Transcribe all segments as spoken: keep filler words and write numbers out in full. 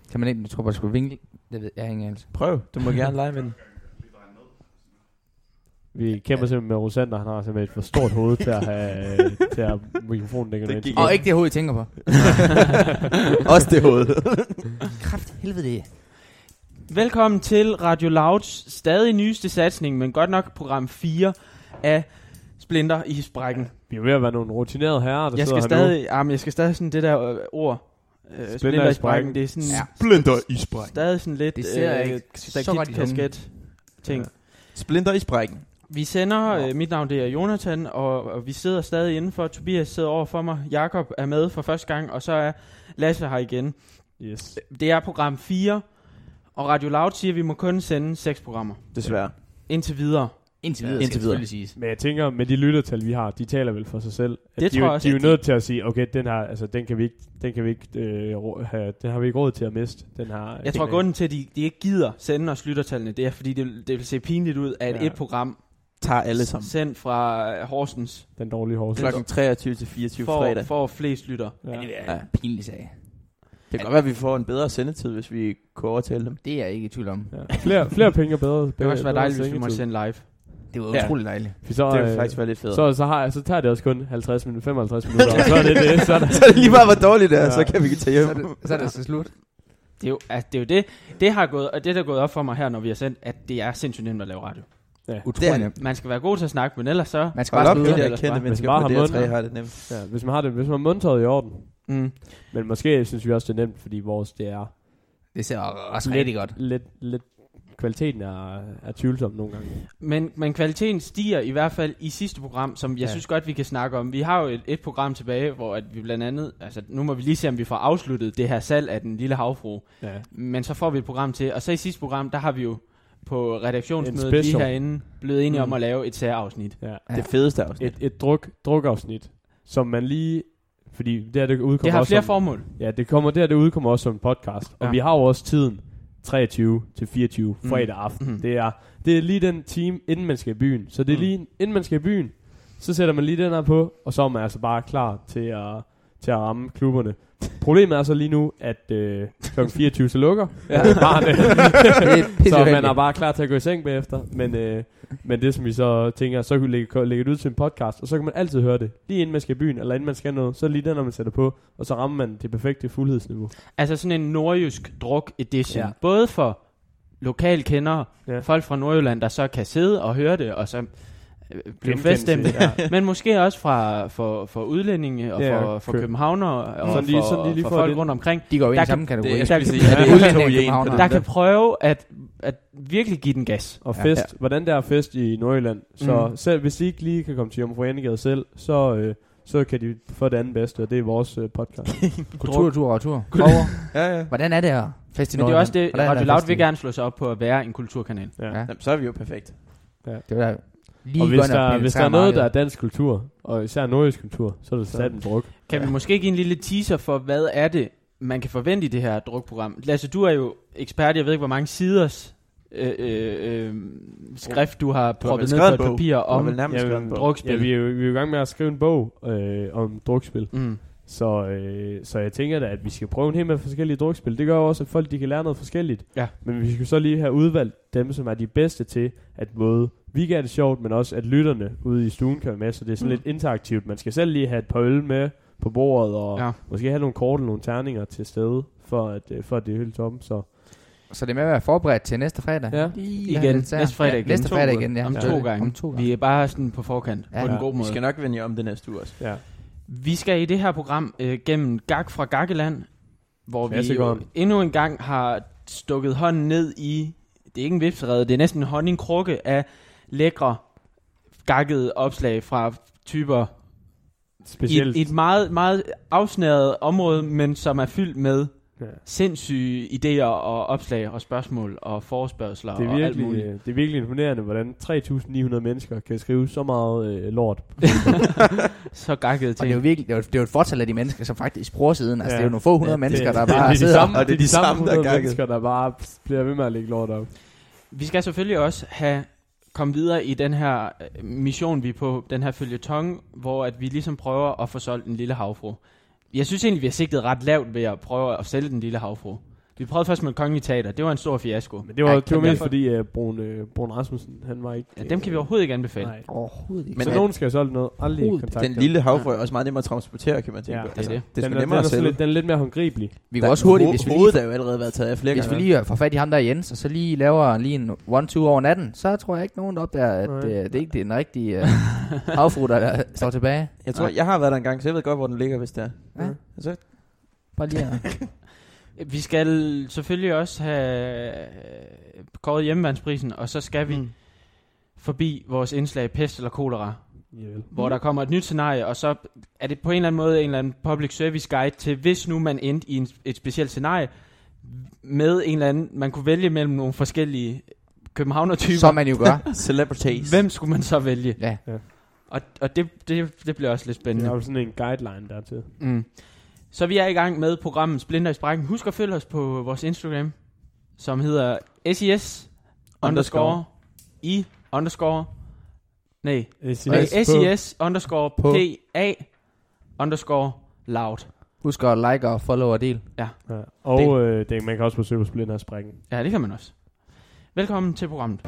Kan man ikke, jeg tror bare, det skulle vinkel. Det ved jeg ikke altså. Prøv, du må gerne lege med den. Vi kæmper simpelthen med Rosander, han har simpelthen et for stort hoved til at have, øh, til at mikrofonen dækker ind. Og ikke det hoved, I tænker på. Også det hoved. Kraft helvede det. Velkommen til Radio Louds stadig nyeste satsning, men godt nok program fire af Splinter i Sprækken. Vi er ved at være nogle rutinerede herrer, der jeg sidder skal her stadig, jamen, jeg skal stadig sådan det der øh, ord. Øh, Splinter, Splinter i Sprækken, det er sådan ja. Splinter i Sprækken. Stadig sådan lidt det ser øh, ikke så godt i kasket ting. Ja. Splinter i Sprækken. Vi sender, øh, mit navn det er Jonathan, og, og vi sidder stadig indenfor. Tobias sidder over for mig. Jakob er med for første gang, og så er Lasse her igen. Yes. Det er program fire, og Radio Loud siger, at vi må kun sende seks programmer. Desværre. Indtil videre. Indtil videre, Indtil videre. Siges. Men jeg tænker, med de lyttertal, vi har, de taler vel for sig selv. At Det de, tror jeg de, også, de er jo at de- nødt til at sige, okay, den her, altså, den kan vi ikke, den kan vi ikke øh, rå- have, den har vi ikke råd til at miste. Den her, Jeg tror, grunden til, at de, de ikke gider sende os lyttertallene, det er, fordi det, det vil se pinligt ud, at Ja. et program Tager alle sammen. sendt fra øh, Horsens Den dårlige Horsens. Klokken treogtyve til fireogtyve får, fredag. får flest lytter. Ja. Ja. Det er Ja. en pinlig sag. Det kan godt være, at vi får en bedre sendetid, hvis vi kunne overtale dem. Det er jeg ikke i tvivl om. Ja. Flere, flere penge er bedre. Det kan også være dejligt, hvis vi må sende live. Det var Ja. utroligt dejligt. For så, Det vil øh, faktisk være lidt fedt. så, så, har jeg, så tager det også kun halvtreds minutter, femoghalvtreds minutter, og så er det det. Så er der, Så er det lige meget, hvor dårligt det er, Ja. så kan vi tage hjem. Så er det, så er det så slut. Det er jo, altså, det, er jo det, det har gået, og det der er gået op for mig her, når vi har sendt, at det er sindssygt nemt at lave radio. ja. Utroligt nemt. Man skal være god til at snakke, men ellers så... Man skal Hold bare op, slutte. de det der ellers kendte bare. mennesker bare på har D R tre mund. har det nemt. Ja, hvis man har det, hvis man har mundtaget i orden. Mm. Men måske synes vi også, det er nemt, fordi vores, det er Det ser også lidt, rigtig godt. lidt, lidt, kvaliteten er, er tvivlsom nogle gange. Men, men kvaliteten stiger i hvert fald i sidste program, som jeg Ja. synes godt, vi kan snakke om. Vi har jo et, et program tilbage, hvor at vi blandt andet... Altså, nu må vi lige se, om vi får afsluttet det her salg af den lille havfru. Ja. Men så får vi et program til. Og så i sidste program, der har vi jo på En redaktionsmødet lige special. herinde blevet enige Mm. om at lave et særafsnit. Ja. Det fedeste afsnit. Et, et druk, drukafsnit, som man lige... Fordi det her, det udkommer Det har også flere som, formål. Ja, det kommer der, det udkommer også som en podcast. Og Ja. vi har jo også tiden treogtyve til fireogtyve Mm. fredag aften. Mhm. Det, er, det er lige den time, inden man skal i byen. Så det er Mm. lige, inden man skal i byen, så sætter man lige den her på, og så er man altså bare klar til at, til at ramme klubberne. Problemet er så lige nu, at øh, klokken fireogtyve så lukker Ja. barne. Det er Så pisse man er bare klar til at gå i seng bagefter. Men, øh, men det som vi så tænker, så kan vi lægge, lægge det ud til en podcast, og så kan man altid høre det. Lige inden man skal i byen, eller inden man skal noget, så er lige den, når man sætter på, og så rammer man det perfekte fuldhedsniveau. Altså sådan en nordjysk druk edition. Ja. Både for lokalkendere, Ja. folk fra Nordjylland, der så kan sidde og høre det, og så øh, blive Genkendelse, feststemte. ja. Men måske også fra for, for udlændinge og Ja, for, for kø- københavnere og Sådan lige- for, sådan lige- lige for for folk det. rundt omkring, De går jo ind Der i samme kan- kategori. det- jeg der, skulle kan, sige, er det udlændinge udlændinge og i en københavnere? på der den kan prøve at, at virkelig give den gas. Og Ja. fest, Ja. hvordan der er fest i Nordjylland, så Mm. selv hvis de ikke lige kan komme til Jomfru Anegade selv, så, øh, så kan de få det andet bedste, og det er vores øh, podcast. Kultur, tur og tur. Ja, ja. Hvordan er det her? Fest i Men det er også det, Hvordan er Radio der Loud fest i- vil gerne slå sig op på at være en kulturkanal. Ja. Ja. Jamen, så er vi jo perfekt. Det var lige Og hvis godt nok der, med hvis det der er noget, der er marked. dansk kultur, og især nordjysk kultur, så er det sat en druk. Kan Ja. vi måske give en lille teaser for, hvad er det, man kan forvente i det her drukprogram? Lasse, du er jo ekspert, jeg ved ikke, hvor mange siders øh, øh, øh, skrift, du har Du har proppet vel ned skrevet på en et bog. papir Du har om vel nærmest Ja, skrevet en men bog. drukspil. Ja, vi er, jo, vi er jo i gang med at skrive en bog øh, om drukspil. Mm. Så, øh, så jeg tænker da, at vi skal prøve en hel masse forskellige drukspil. Det gør jo også, at folk de kan lære noget forskelligt. Ja. Men vi skal så lige have udvalgt dem, som er de bedste til, at både vi kan have det sjovt, men også at lytterne ude i stuen kan være med. Så det er sådan Mm. lidt interaktivt. Man skal selv lige have et par øl med på bordet, og Ja. måske have nogle kort og nogle terninger til stede, for at, øh, for at det er helt toppen. Så Så det er med at være forberedt til næste fredag. ja. Igen, næste fredag igen. Næste To fredag gange. igen, ja. Om Ja. to gange. Om to gange. Vi er bare sådan på forkant, Ja. på den Ja. gode Vi måde. skal nok vende jer om det næste uge også. ja. Vi skal i det her program øh, gennem Gag fra Gakkeland, hvor vi jo Klassikeren. endnu en gang har stukket hånden ned i, det er ikke en vipserede, det er næsten en honningkrukke af lækre, gakkede opslag fra typer i Specielt. et, et meget, meget afsnæret område, men som er fyldt med ja. sindssyge idéer og opslag og spørgsmål og forespørgsler Det er, og alt virkelig, muligt. øh, det er virkelig imponerende, hvordan tre tusind ni hundrede mennesker kan skrive så meget øh, lort. Så gakkede Og det er ting. jo virkelig, det er jo, det er jo et fortal af de mennesker, som faktisk bruger siden. Altså, Ja. det er jo nogle få hundrede Ja, mennesker, det- der det, bare det er de sidder. samme, og det er de samme, der er hundrede gakket. mennesker, der bare bliver ved med at lægge lort op. Vi skal selvfølgelig også have komme videre i den her øh, mission, vi er på, den her føljeton, hvor at vi ligesom prøver at få solgt en lille havfru. Jeg synes egentlig, vi har sigtet ret lavt ved at prøve at sælge den lille havfru. Vi prøvede først med Kongelige Teater. Det var en stor fiasko. Men det var, Ej, det var kan mest jeg- fordi uh, Brun, uh, Brun Rasmussen, han var ikke... Ja, dem kan vi overhovedet ikke anbefale. Nej. Overhovedet ikke. Men Så at- nogen skal jo så noget aldrig Overhovedet. kontakte Den ham. lille havfrø er også meget nemmere at transportere, kan man tænke Ja, på. det er Altså, det. det er den, sgu er, den, nemmere er at sådan sælge. lidt, den er lidt mere håndgribelig. Vi kan også hurtigt, hvis vi lige, Hovedet er jo allerede været taget af flere hvis vi gange. lige får fat i ham der Jens, og så lige laver lige en one-two over natten, så tror jeg ikke nogen der opdager, at Nej. øh, det er ikke det er den rigtige uh, havfru, der, der står tilbage. Jeg tror, jeg har været der en gang, så jeg ved godt, hvor den ligger, hvis det er. Ja. Så Bare lige at- Vi skal selvfølgelig også have kåret hjemmevandsprisen, og så skal vi Mm. forbi vores indslag pest eller kolera, Javel. hvor der kommer et nyt scenarie, og så er det på en eller anden måde en eller anden public service guide til, hvis nu man endte i en, et specielt scenarie, med en eller anden, man kunne vælge mellem nogle forskellige københavner-typer. som man jo gør. Celebrities. Hvem skulle man så vælge? Ja. Og, og det, det, det bliver også lidt Det spændende. er jo sådan en guideline dertil. Mm. Så vi er i gang med programmet Splinter i Sprækken. Husk at følge os på vores Instagram, som hedder S I S underscore I underscore nej, S nej I S S I S underscore På. P A underscore loud. Husk at like og follow og del. Ja. Og øh, det, man kan også besøge på Splinter i Sprækken. Ja, det kan man også. Velkommen til programmet.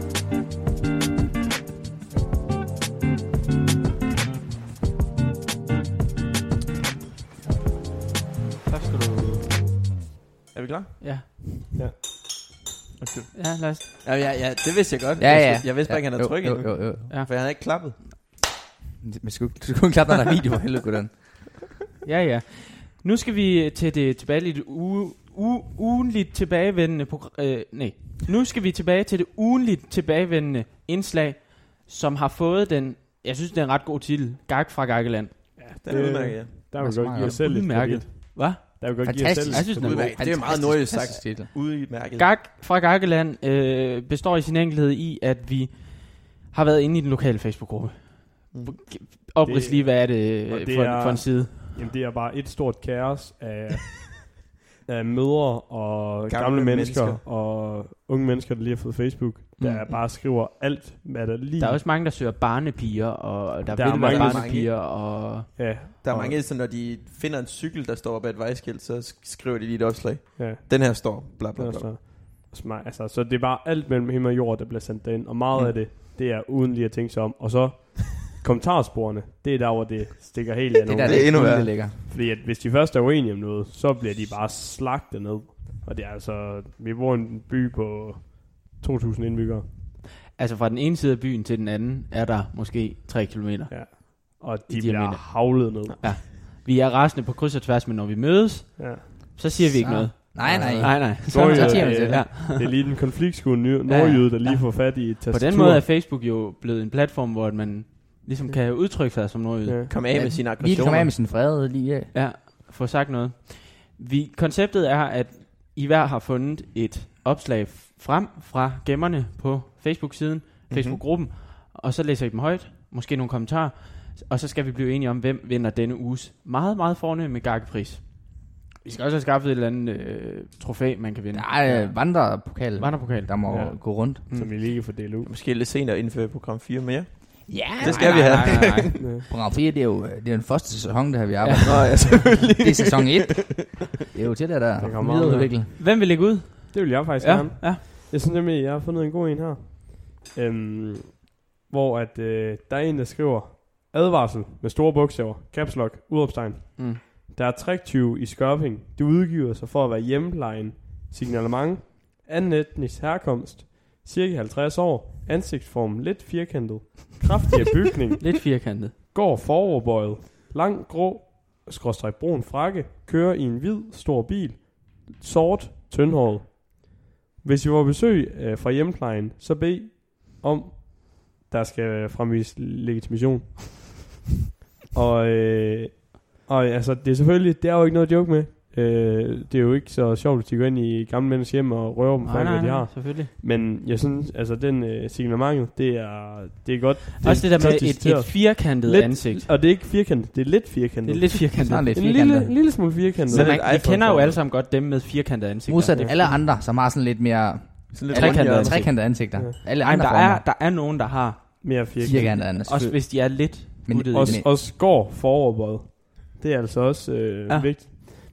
Tak skal du... Er vi klar? Ja. Ja. Okay. Ja, lad os... Ja, ja, ja, det vidste jeg godt. Ja, ja. Jeg, jeg vidste bare ikke, han havde trykket jo, endnu. jo, jo, jo. Ja. For han havde ikke klappet. Men skulle, du skulle ikke klappe, når der er video. Helvede, goddan. Ja, ja. Nu skal vi til det tilbage uge, uge, ugenligt tilbagevendende program. Øh, nej. Nu skal vi tilbage til det ugenligt tilbagevendende indslag, som har fået den, jeg synes det er en ret god titel, Gag fra Gaggeland. Ja, det er udmærket, ja. Der vil Hvor vi godt smart. give os selv lidt Udmærket. kredit. Hvad? Der vil vi godt give os selv Fantastisk. Jeg synes, den er god. Udmærket. Det er meget nordjysk sagt. Fantastisk titel. Udmærket. Gag fra Gaggeland øh, består i sin enkelhed i, at vi har været inde i den lokale Facebook-gruppe. Mm. Oprids Det- lige, hvad er det, og det det for, er- for en side? Jamen det er bare et stort kaos af, af mødre og gamle, Gamle gamle mennesker, mennesker. og unge mennesker, der lige har fået Facebook, der Mm. bare skriver alt, hvad der lige... Der er også mange, der søger barnepiger, og der, Der der er vil være mange- barnepiger, og... Ja, Der er og- mange, så når de finder en cykel, der står bag et vejskilt, så sk- skriver de lige et opslag. ja. Den her står, bla bla Det er bla. så, smart. Altså, så det er bare alt mellem himmel og jord, der bliver sendt derind, og meget Mm. af det, det er uden lige at tænke sig om. Og så kommentarsporene, det er der, hvor det stikker helt af Det der, nogen. det er endnu værre. det ligger. Fordi at hvis de først er uenige om noget, så bliver de bare slagtet ned. Og det er altså, vi bor i en by på to tusind indbyggere. Altså fra den ene side af byen til den anden, er der måske tre kilometer. Ja. Og I de bliver diameter. havlet ned. Vi er rasende på kryds og tværs, men når vi mødes, Ja. så siger vi ikke Så. noget. Nej, nej. Nej, nej. Så, Nordjyde, så tiger vi øh, til det. ja. Det er lige den konfliktskuende ny- Ja, ja. nordjyde, der lige Ja. får fat i et På tastatur. den måde er Facebook jo blevet en platform, hvor man ligesom kan udtrykke sig som nordjyde. Ja. Kom af med sine Lige kan komme af aggressioner. med sin fred lige af. Ja, få sagt noget. Vi, konceptet er, at I hver har fundet et opslag frem fra gemmerne på Facebook-siden, Mhm. Facebook-gruppen, og så læser I dem højt, måske nogle kommentarer, og så skal vi blive enige om, hvem vinder denne uges meget, meget fornemme gakkepris. Vi skal også have skaffet et eller andet øh, trofæ, man kan vinde. Der er øh, vandrepokal, Vandrepokal. der må Ja. gå rundt. Som vi lige kan fordele ud. Måske lidt senere indføre program fire mere. Ja, Det skal vi have. Nej, nej, nej. Ja. Program fire, det er jo det er jo den første sæson, det har vi arbejdet. Nå, ja, selvfølgelig. Det er sæson et. Det er jo til det der Det kommer videreudvikle. Hvem vil lægge ud? Det vil jeg faktisk Ja, gerne. ja. Jeg synes nemlig, jeg har fundet en god en her. Øhm, hvor at, øh, der er en, der skriver advarsel med store bogstaver, caps lock, udråbstegn. Mm. Der er tricktyve i Skørping. De udgiver sig for at være hjemmeplejen. Signalement. Anden etnisk herkomst. Cirka halvtreds år. Ansigtsform lidt firkantet. Kraftig bygning. Lidt firkantet. Går foroverbøjet. Lang grå skråstreg brun frakke. Kører i en hvid stor bil. Sort tyndhåret. Hvis I var besøg øh, fra hjemmeplejen, så bed om, der skal fremvise legitimation. og, øh, og altså, det er selvfølgelig, det er jo ikke noget at joke med. Øh, det er jo ikke så sjovt, hvis de går ind i gamle menneskers hjem og røver dem for Nej, alt, nej, hvad de nej, har. selvfølgelig. Men jeg synes, altså den øh, signalementet, det er, det er godt. Det også det der med godt et, decideret. et firkantet Lidt- ansigt. Og det er ikke firkantet, det er lidt firkantet. Det er lidt firkantet. Sådan lidt en firkantet. lille, lille smule firkantet. Så Men lidt man, vi iPhone kender jo form. alle sammen godt dem med firkantede ansigter. Modsat Det- alle andre, som har sådan lidt mere Sådan lidt Trekantede rundhjernet. ansigt. trekantede ansigter. Ja. Alle Ej, men andre der, er, former. der er nogen, der har, Mere firkantet. Firkantede ansigt. også hvis de er lidt Men buttede i Også, det. også går foroverbøjet. Det er altså også øh, Ja. ja. vigtigt.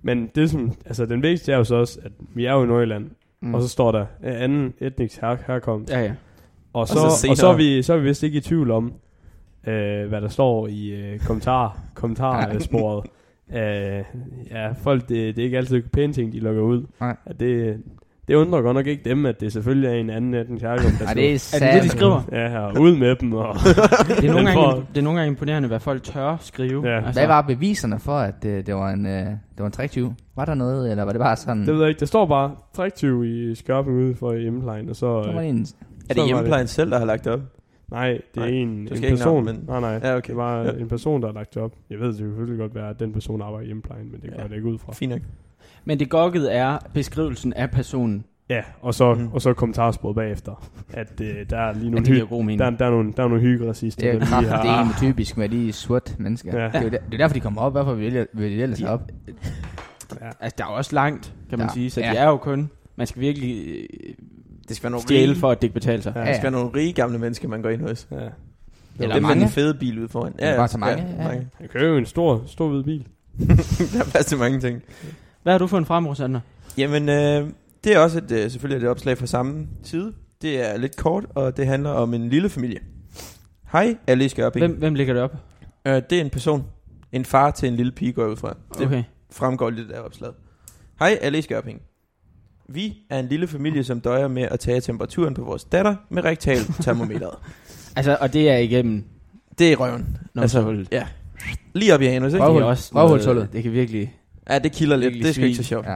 Men det som, altså den vigtigste er jo så også, at vi er jo i Nordjylland, Mm. mm. og så står der øh, anden etnisk her, herkomst. Ja, ja. Og så, Og og så så, og så, senere. er vi, så er vi vist ikke i tvivl om, øh, hvad der står i øh, kommentar, kommentarsporet. øh, ja, folk, det, det er ikke altid pæne ting, de lukker ud. Nej. At det, det undrer godt nok ikke dem, at det selvfølgelig er en anden etnisk herkomst. der Nej, det er står. Er det det, de skriver? Ja, her, ud med dem. Og Det er, nogle Men for- gange, det er nogle gange imponerende, hvad folk tør skrive. Ja. Hvad var beviserne for, at øh, det var en, øh, det var en tricktyv? Var der noget, eller var det bare sådan... det ved jeg ikke, der står bare træktyv i skørpen ude for hjemmeplejen, og så... Der var Øh, en, Er Så det var hjemmeplejen selv, der har lagt det op? nej, det er Nej, en, du en skal ikke person. navn, men- Nej, nej, Ja, okay. det var Ja. en person, der har lagt det op. Jeg ved det selvfølgelig godt være, at den person arbejder i hjemmeplejen, men det går Ja. jeg da ikke ud fra. Fint nok. Men det gokkede er beskrivelsen af personen. Ja, og så, Mhm. og så kommentarsporet bagefter, at øh, der er lige Ja, nogle det giver hy- god mening. der, der, er nogle, der er nogle hyggeracister. det er jo der kraft, lige det er har, egentlig typisk med de sort mennesker. Ja. Det, er jo der, det er derfor, de kommer op. Hvorfor vil de, vil de ellers De- op? ja. Altså, der er jo også langt, kan man Ja. sige. Så Ja. det er jo kun... Man skal virkelig øh, Det skal være nogle stjæle rige, for, at det ikke betaler sig. Ja. det skal være nogle rige gamle mennesker, man går ind hos. Ja. Eller Dem med mange. den fede bil ude foran. Eller bare så mange, ja. mange. Han kører jo en stor, stor hvid bil. Der er plads til mange ting. Hvad har du fundet frem, Rosander? Jamen, øh, det er også et, øh, selvfølgelig et opslag fra samme side. Det er lidt kort, og det handler om en lille familie. Hej, alle i Skørping. Hvem, hvem ligger det op? Øh, det er en person. En far til en lille pige går jeg ud fra. Det Okay. fremgår lidt af opslaget. Hej, alle i Skørping. Vi er en lille familie, som døjer med at tage temperaturen på vores datter med rektal termometeret. Altså, og det er igennem... Det er røven. Nå, Altså, så, ja. Lige op i anus, ikke? det er Røvhul. også Røvhulshullet. noget, det kan virkelig... Ja, det kilder lidt. Virkelig Det er sgu ikke så svin. sjovt. Ja.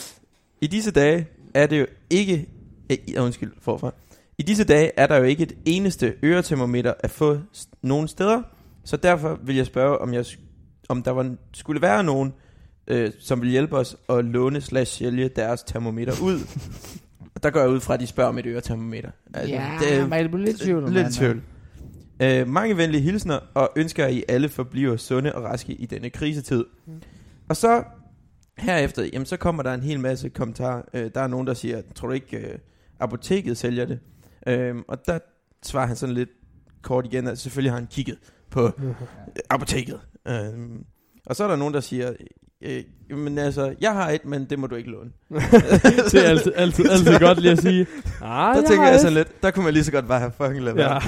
I disse dage er det jo ikke... Eh, undskyld, forfra. I disse dage er der jo ikke et eneste øretermometer at få s- nogen steder, så derfor vil jeg spørge, om, jeg, sk- om der var, skulle være nogen, øh, som vil hjælpe os at låne slash sælge deres termometer ud. Og der går jeg ud fra, at de spørger om et øretermometer. Altså, Ja, det er- man kan blive lidt i tvivl. Lidt i tvivl. Øh, mange venlige hilsner, og ønsker, at I alle forbliver sunde og raske i denne krisetid. Mm. Og så herefter, jamen, så kommer der en hel masse kommentarer. Øh, der er nogen, der siger, tror du ikke, øh, apoteket sælger det? Øh, og der svarer han sådan lidt kort igen, at selvfølgelig har han kigget på øh, apoteket. Øh, og så er der nogen, der siger, øh, men altså, jeg har et, men det må du ikke låne. Det er altid, altid, altid godt lige at sige. Ah, Der jeg tænker har jeg et. sådan lidt, der kunne man lige så godt bare have fucking lade være.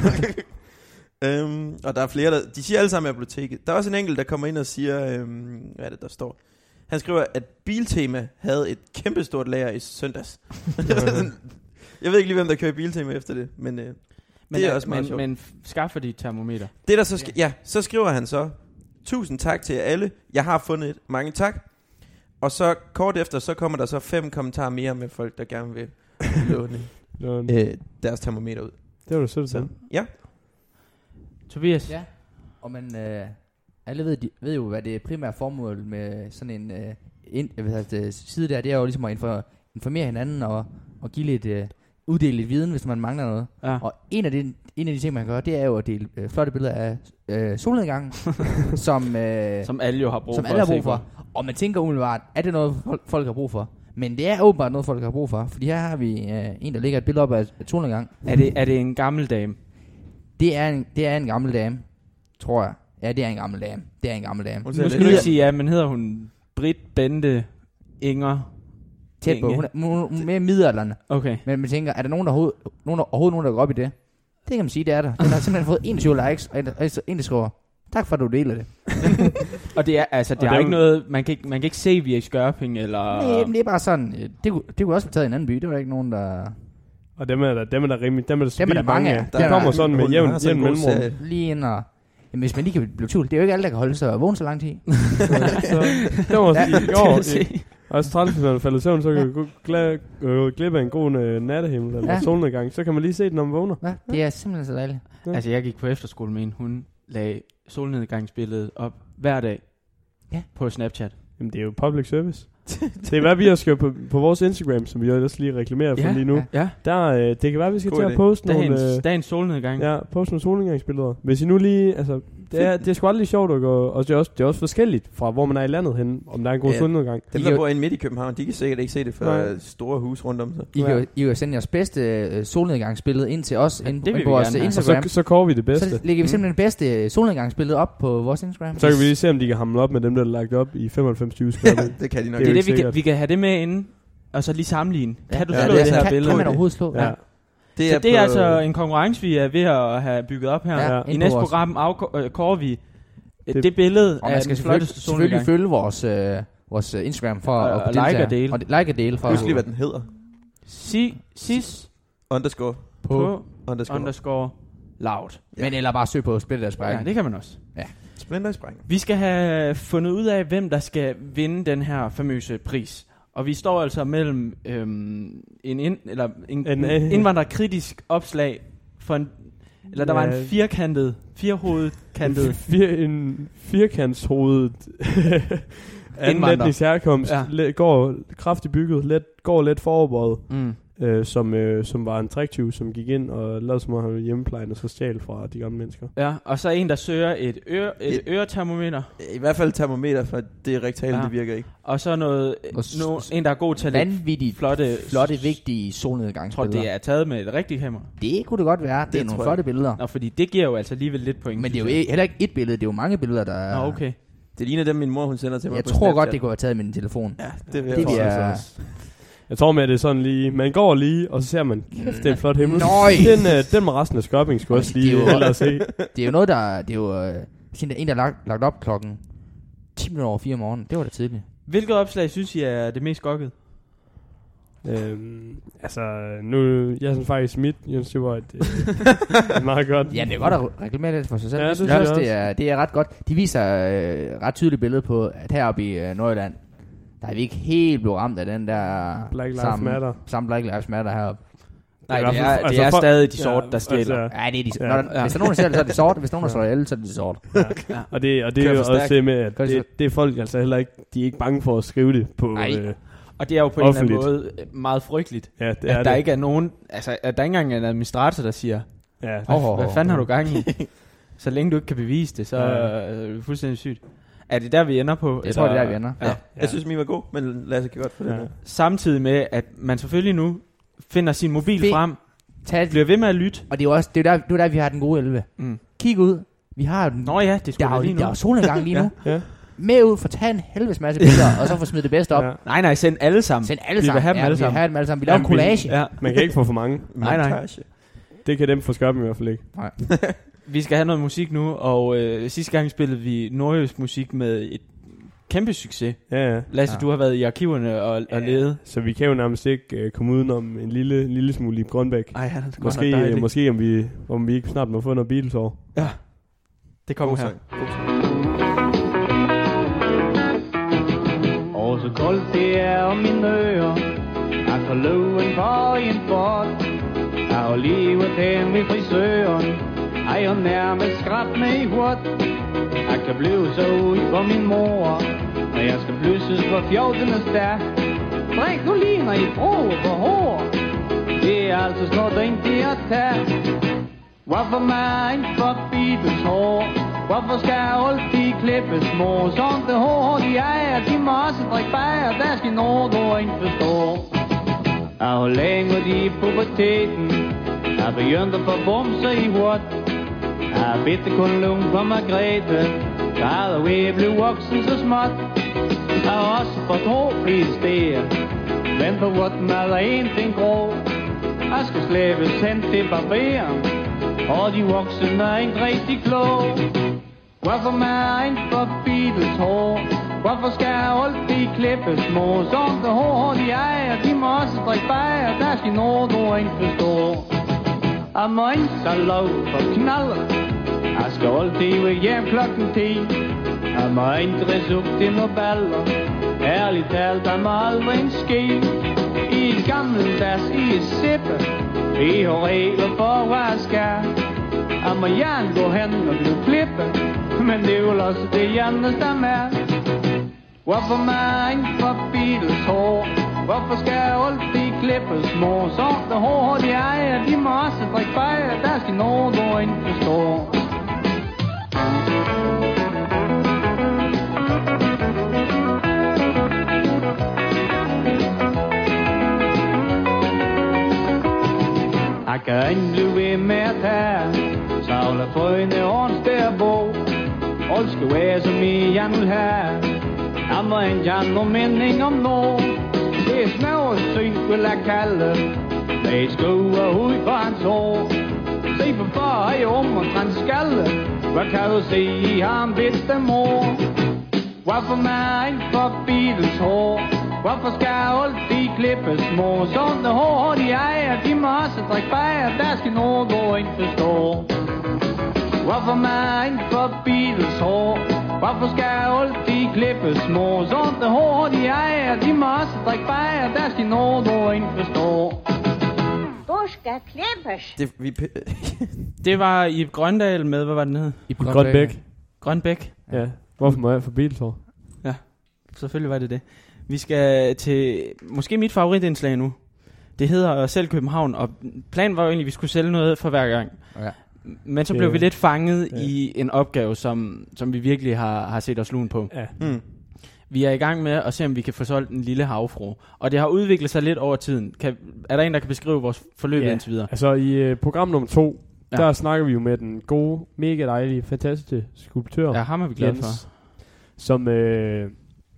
Ja. øhm, og der er flere, der, de siger alle sammen apoteket. Der er også en enkelt, der kommer ind og siger, øhm, hvad er det, der står? Han skriver, at Biltema havde et kæmpestort lager i søndags. Jeg ved ikke lige, hvem der kører i Biltema efter det, men øh, Men, det er også meget men, sjovt. men f- skaffer de et termometer? det der så, sk- ja, så skriver han så, tusind tak til jer alle, jeg har fundet et, mange tak. Og så kort efter, så kommer der så fem kommentarer mere med folk, der gerne vil låne Lån. øh, deres termometer ud. Det var du selv Så, til. ja. Tobias? Ja, og man, øh, alle ved, de, ved jo, hvad det primære formål med sådan en øh, ind, jeg ved, det, side der, det er jo ligesom at infor, informere hinanden og, og give lidt, øh, uddele lidt viden, hvis man mangler noget. Ja. Og en af, de, en af de ting, man kan gøre, det er jo at dele øh, flotte billeder af øh, solnedgangen, som, øh, Som alle jo har brug som for. alle har at se brug for. Og man tænker umiddelbart, er det noget, folk, folk har brug for? Men det er åbenbart noget, folk har brug for. Fordi her har vi øh, en, der lægger et billede op af et solnedgang. Er det, er det en gammel dame? Det er en, det er en gammel dame, tror jeg. Ja, det er en gammel dame. Det er en gammel dame. Hun Nu ser skal lidt- du ikke sige ja, men hedder hun Britt, Bente, Inger? Tæt på. Inge. Hun er, hun er mere midaldrende. Okay. Men man tænker, er der nogen, der overhovedet, nogen, der, overhovedet nogen, der går op i det? Det kan man sige, det er der. Den har simpelthen fået enogtyve likes, og en, og en der skriver, tak for, at du deler det. Og det er altså, det Og er dem- ikke noget, man kan ikke, man kan ikke se via Skørping, eller... Nej, men det er bare sådan, øh, det kunne, det kunne også være taget i en anden by. Det var der ikke nogen, der... Og dem er der, dem er der rimelig, dem er der, Dem er der vildt mange af. af. Der Der er kommer der- sådan med Hun jævn, har sådan jævn en god mellemrum. serie. Lige ind og... Jamen, hvis man lige kan blive tvivl, det er jo ikke alle, der kan holde sig vågen så lang tid. Så, det var Ja, i Det går. vil sige. Også træls, hvis man falder i søvn, så kan du gå øh, glip af en god øh, nattehimmel eller Ja. ja. solnedgang. Så kan man lige se den, når man vågner. Ja, det er simpelthen så dejligt. Altså, jeg gik på efterskole med en, hun lagde solnedgangsbilledet op hver dag. Ja. På Snapchat. Jamen, det er jo public service. Det kan være, vi har skrevet på, på vores Instagram, som vi også lige reklamerer for Ja, lige nu. ja. Ja, Der, øh, det kan være, vi skal God til at idé. poste nogle, dagens, øh, dagens solnedgang. ja, poste nogle solnedgangsbilleder. Hvis I nu lige, altså, Det er, det er sgu aldrig sjovt at gå, og det er, også, det er også forskelligt fra, hvor man er i landet hen, om der er en god Ja. solnedgang. Dem, der bor inde midt i København, de kan sikkert ikke se det fra Nej. store hus rundt om sig. I kan, jo, I kan jo sende jeres bedste øh, solnedgangsbillede ind til os, ja, ind, det vil ind vi på vores gerne have. Og Instagram. så, så kårer vi det bedste. Så lægger vi simpelthen det bedste solnedgangsbillede op på vores Instagram. Så kan vi lige se, om de kan hamle op med dem, der er lagt op i femoghalvfems tyve skærme. Det kan de nok Det Det er er jo det, vi ikke kan, vi kan have det med inde, og så lige sammenligne. Ja. Kan du Ja, slå det er det, så- her kan, billede? kan man overhovedet slå? Ja. Det Så det er på- altså en konkurrence, vi er ved at have bygget op her. Ja, I ind på næste vores- program afkårer vi det, Det- det billede Og af man skal den selvfølgelig, flotteste selvfølgelig solnedgang. følge vores, øh, vores øh, Instagram for Og- at og kunne like deltage. og dele. Og de- like og dele. For Husk lige, hvad den hedder. Si, sis Underscore. på Underscore. underscore loud. Men eller bare søg på Split Dash Ja, Brækken. det kan man også. Splinter i spræng. Vi skal have fundet ud af, hvem der skal vinde den her famøse pris. Og vi står altså mellem øhm, en, ind, eller en, En, en øh, indvandrerkritisk opslag for en, eller der var Ja. en firkantet, firhovedet kantet Fir, en firkantshovedet anden Indvandrer. etnisk herkomst, Ja. ja. går kraftigt bygget, let, går let foroverbøjet, mm. øh, som, øh, som var en triktyv, som gik ind og lavede som om han var hjemmeplejen og så stjal fra de gamle mennesker. Ja, og så en, der søger et, øre, et Et- øretermometer, I hvert fald termometer, for det rektale, Ja. det virker ikke. og så noget, Og s- no, en, der er god til lidt Vanvittigt flotte, flotte, vigtige jeg tror, solnedgangsbilleder. det er taget med et rigtigt kamera. Det kunne det godt være. Det, Det er nogle tror flotte billeder. Nå, fordi det giver jo altså alligevel lidt point. Men det er jo synes jeg. ikke- heller ikke et billede. Det er jo mange billeder, der er... Nå, okay. Det ligner dem, min mor hun sender til mig Jeg på tror Snapchat. godt, det kunne være taget med din telefon. Ja, det vil Det jeg vil tror jeg- jeg også. Jeg tror med, at det er sådan lige, man går lige, og så ser man, kæft, det er en flot himmel. Nøj. Den, øh, den med resten af skørping skulle også Det er lige jo- hellere se. Det er jo noget, der... Det er jo øh, sådan, der er en, der er lagt, lagt op klokken ti minutter over fire om morgenen. Det var da tidligt. Hvilket opslag synes I er det mest gokket? Øhm, altså, nu, jeg synes faktisk mit, jeg synes, det var et, øh, et meget godt. Ja, det er godt at reklamere lidt for sig selv. Ja, Ja, det det, synes jeg også, også. det, er, det er ret godt. De viser øh, ret tydeligt billede på, at heroppe i øh, Nordjylland, der er vi ikke helt blevet ramt af den der... Black Lives samme, Matter. Samme Black Lives Matter heroppe. Nej, i det hvert er, fald- det altså er for- stadig de sorte, Ja, der stjæler. altså, Ja, det er de... Ja. Når, der, Ja. Hvis der er nogen, der ser det, så er det sort. Hvis der er nogen, der slår ihjel, så er det sort. Ja. Og det, og det er Kører jo for også stærkt. det med, at Kører det, det er folk altså heller ikke, de er ikke bange for at skrive det på, Nej. øh, Og det er jo på en eller Offentligt. anden måde øh, meget frygteligt, ja, det at er der det. ikke er nogen, altså at der ikke engang er en administrator, der siger, Ja, Hov, hov, hvad hov. fanden har du gang i? Så længe du ikke kan bevise det, så Ja. er det fuldstændig sygt. Er det der, vi ender på? Jeg tror, det er der, vi ender. Ja. Ja. Jeg synes, min var god, men Lasse kan godt få Ja. det her. Samtidig med, at man selvfølgelig nu finder sin mobil Fe- frem, Tag et, bliver ved med at lytte. og det er jo også det er jo der, det er der, vi har den gode elleve. Mm. Kig ud. Vi har den. Nå ja, det der skulle er da jo lige der er nu. jo solnedgang lige nu. ja. Med ud for at tage en helvedes masse billeder, og så få smidt det bedste op. Ja. Nej, nej, send alle sammen. Send alle Vi vil sammen. have dem Ja, alle vi vil sammen. have dem alle sammen. Vi laver en Jamen, vi- collage. Ja. Man kan ikke få for mange. Nej, nej. Montage. Det kan dem få skørpen i hvert fald ikke. Vi skal have noget musik nu, og øh, sidste gang spillede vi nordjysk musik med et kæmpe succes. Ja, ja. Lasse, Ja. du har været i arkiverne og, og ledet. Så vi kan jo nærmest ikke uh, komme udenom en lille, en lille smule i Grønbæk. Ej, han er sgu Måske, godt nok øh, dejlig. måske om, vi, om vi ikke snart må få noget Beatles over. Ja, det kommer God her. sang. God sang. Og så koldt det er om mine ører, at få løven på en fort. Jeg har livet hjemme i frisøren, ej og nærmest skræt med i hurт. Jeg kan blive så ud for min mor, når jeg skal blysses på fjortende dag. Drik nu lige, når I bruger på hår. Det er altså snart ikke at tage. Hvorfor mig for Beatles hår? Hvorfor skal jeg altid klippe små? Sådan det hår, de ejer, de må også drikke bajer. Der skal noget, du ikke forstår. Jeg har længe i puberteten. Jeg begyndt at få bumser i hurт. Jeg bitte kun lung på Margrethe. Der er ved at blive voksen så småt. Jeg har også fået hår flere steder. Men på hurten er der en ting grå. Jeg skal slæbes hen til barberen. Og de voksne er ikke rigtig kloge. Hvorfor mig ikke for Beatles hår? Hvorfor skal jeg altid klippe små? Sådan det hår, de ejer, de må også drikke bajer. Der skal noget, du ikke forstår. Jeg må ikke tage lov for knaller. Jeg skal altid være hjem klokken ti. Jeg må ikke dresse op til nogle baller. Ærligt talt, der må aldrig en ske. I et gammelt das, i et sippe. Vi har regler for, hvad jeg skal. Jeg må gerne gå hen og blive klippet. Men det er jo også det eneste der er. Hvorfor mig ikke for Beatles hår? Hvorfor skal jeg altid klippe små? Så det hår, de ejer, de må også drikke bajer. Der skal noget, du ikke forstår. alt skal være som I gerne vil have. Andre end jeg nogen mening om noget. Det er snævret syn, vil jeg kalde. Med et skue ud for hans hår. Se på far, hej om og transkalle. Hvad kan du se, I har en bedste mor? Hvorfor mig en for Beatles hår? Hvorfor skal alt de klippes små? Sådan det hår, de ejer, de må også drikke bajer. Der skal nogen gå ind forstå. Hvorfor mig en for Beatles hår? Hvorfor skal alt de klippes små? Sådan det hår, de ejer, de må også drikke bajer. Der skal nogen gå ind forstå. Du skal klippes. Det, vi, Det var i Grøndal med, hvad var den hed? I Grønbæk. Grønbæk. Ja. Hvorfor må jeg få biltår? Ja, selvfølgelig var det det. Vi skal til måske mit favoritindslag nu. Det hedder Sælg København, og planen var jo egentlig, at vi skulle sælge noget for hver gang. Ja. Men så Det- blev vi lidt fanget ja. i en opgave, som, som vi virkelig har, har set os lun på. Ja. mm. Vi er i gang med at se, om vi kan få solgt en lille havfru. Og det har udviklet sig lidt over tiden. Kan, er der en, der kan beskrive vores forløb Ja. indtil videre? Altså i uh, program nummer to, Ja. ja. der snakker vi jo med den gode, mega dejlige, fantastiske skulptør, Ja, ham er vi glade for. Jens, som, øh,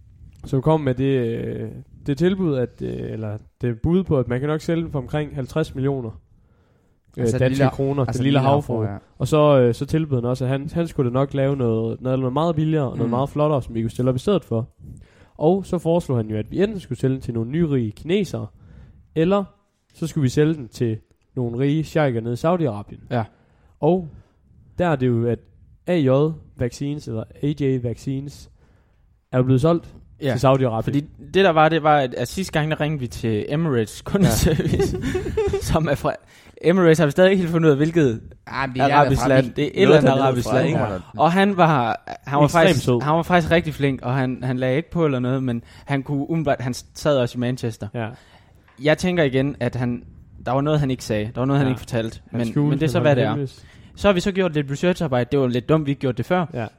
som kom med det, øh, det tilbud, at, øh, eller det bud på, at man kan nok sælge den for omkring halvtreds millioner øh, Altså, danske lille- kroner, Altså den lille havfru. ja. Og så, øh, så tilbød han også, at han, han skulle da nok lave noget, noget, noget meget billigere og noget Mm. meget flottere, som vi kunne stille op i stedet for. Og så foreslog han jo, at vi enten skulle sælge den til nogle nyrige kinesere, eller så skulle vi sælge den til nogle rige sheiker nede i Saudi-Arabien. Ja. Og der er det jo, at A J Vaccines, eller A J Vaccines, er jo blevet solgt Ja, til Saudi-Arabien. fordi det der var, det var, at, at sidste gang der ringede vi til Emirates kundeservice, ja. som er fra... Emirates har vi stadig ikke helt fundet ud af, hvilket Ah, det arabisk land. Det er et eller andet arabisk land. ikke? Ja. Og han var, han var, Ekstremt faktisk, sød. han var faktisk rigtig flink, og han, han lagde ikke på eller noget, men han kunne umiddelbart, han sad også i Manchester. Ja. Jeg tænker igen, at han, der var noget, han ikke sagde. Der var noget, ja. han Ja. ikke fortalte. Han Men, skjulte, men det er så, han hvad var det er. helvedes. Så har vi så gjort lidt researcharbejde. Det var lidt dumt, vi ikke gjorde det før. Ja.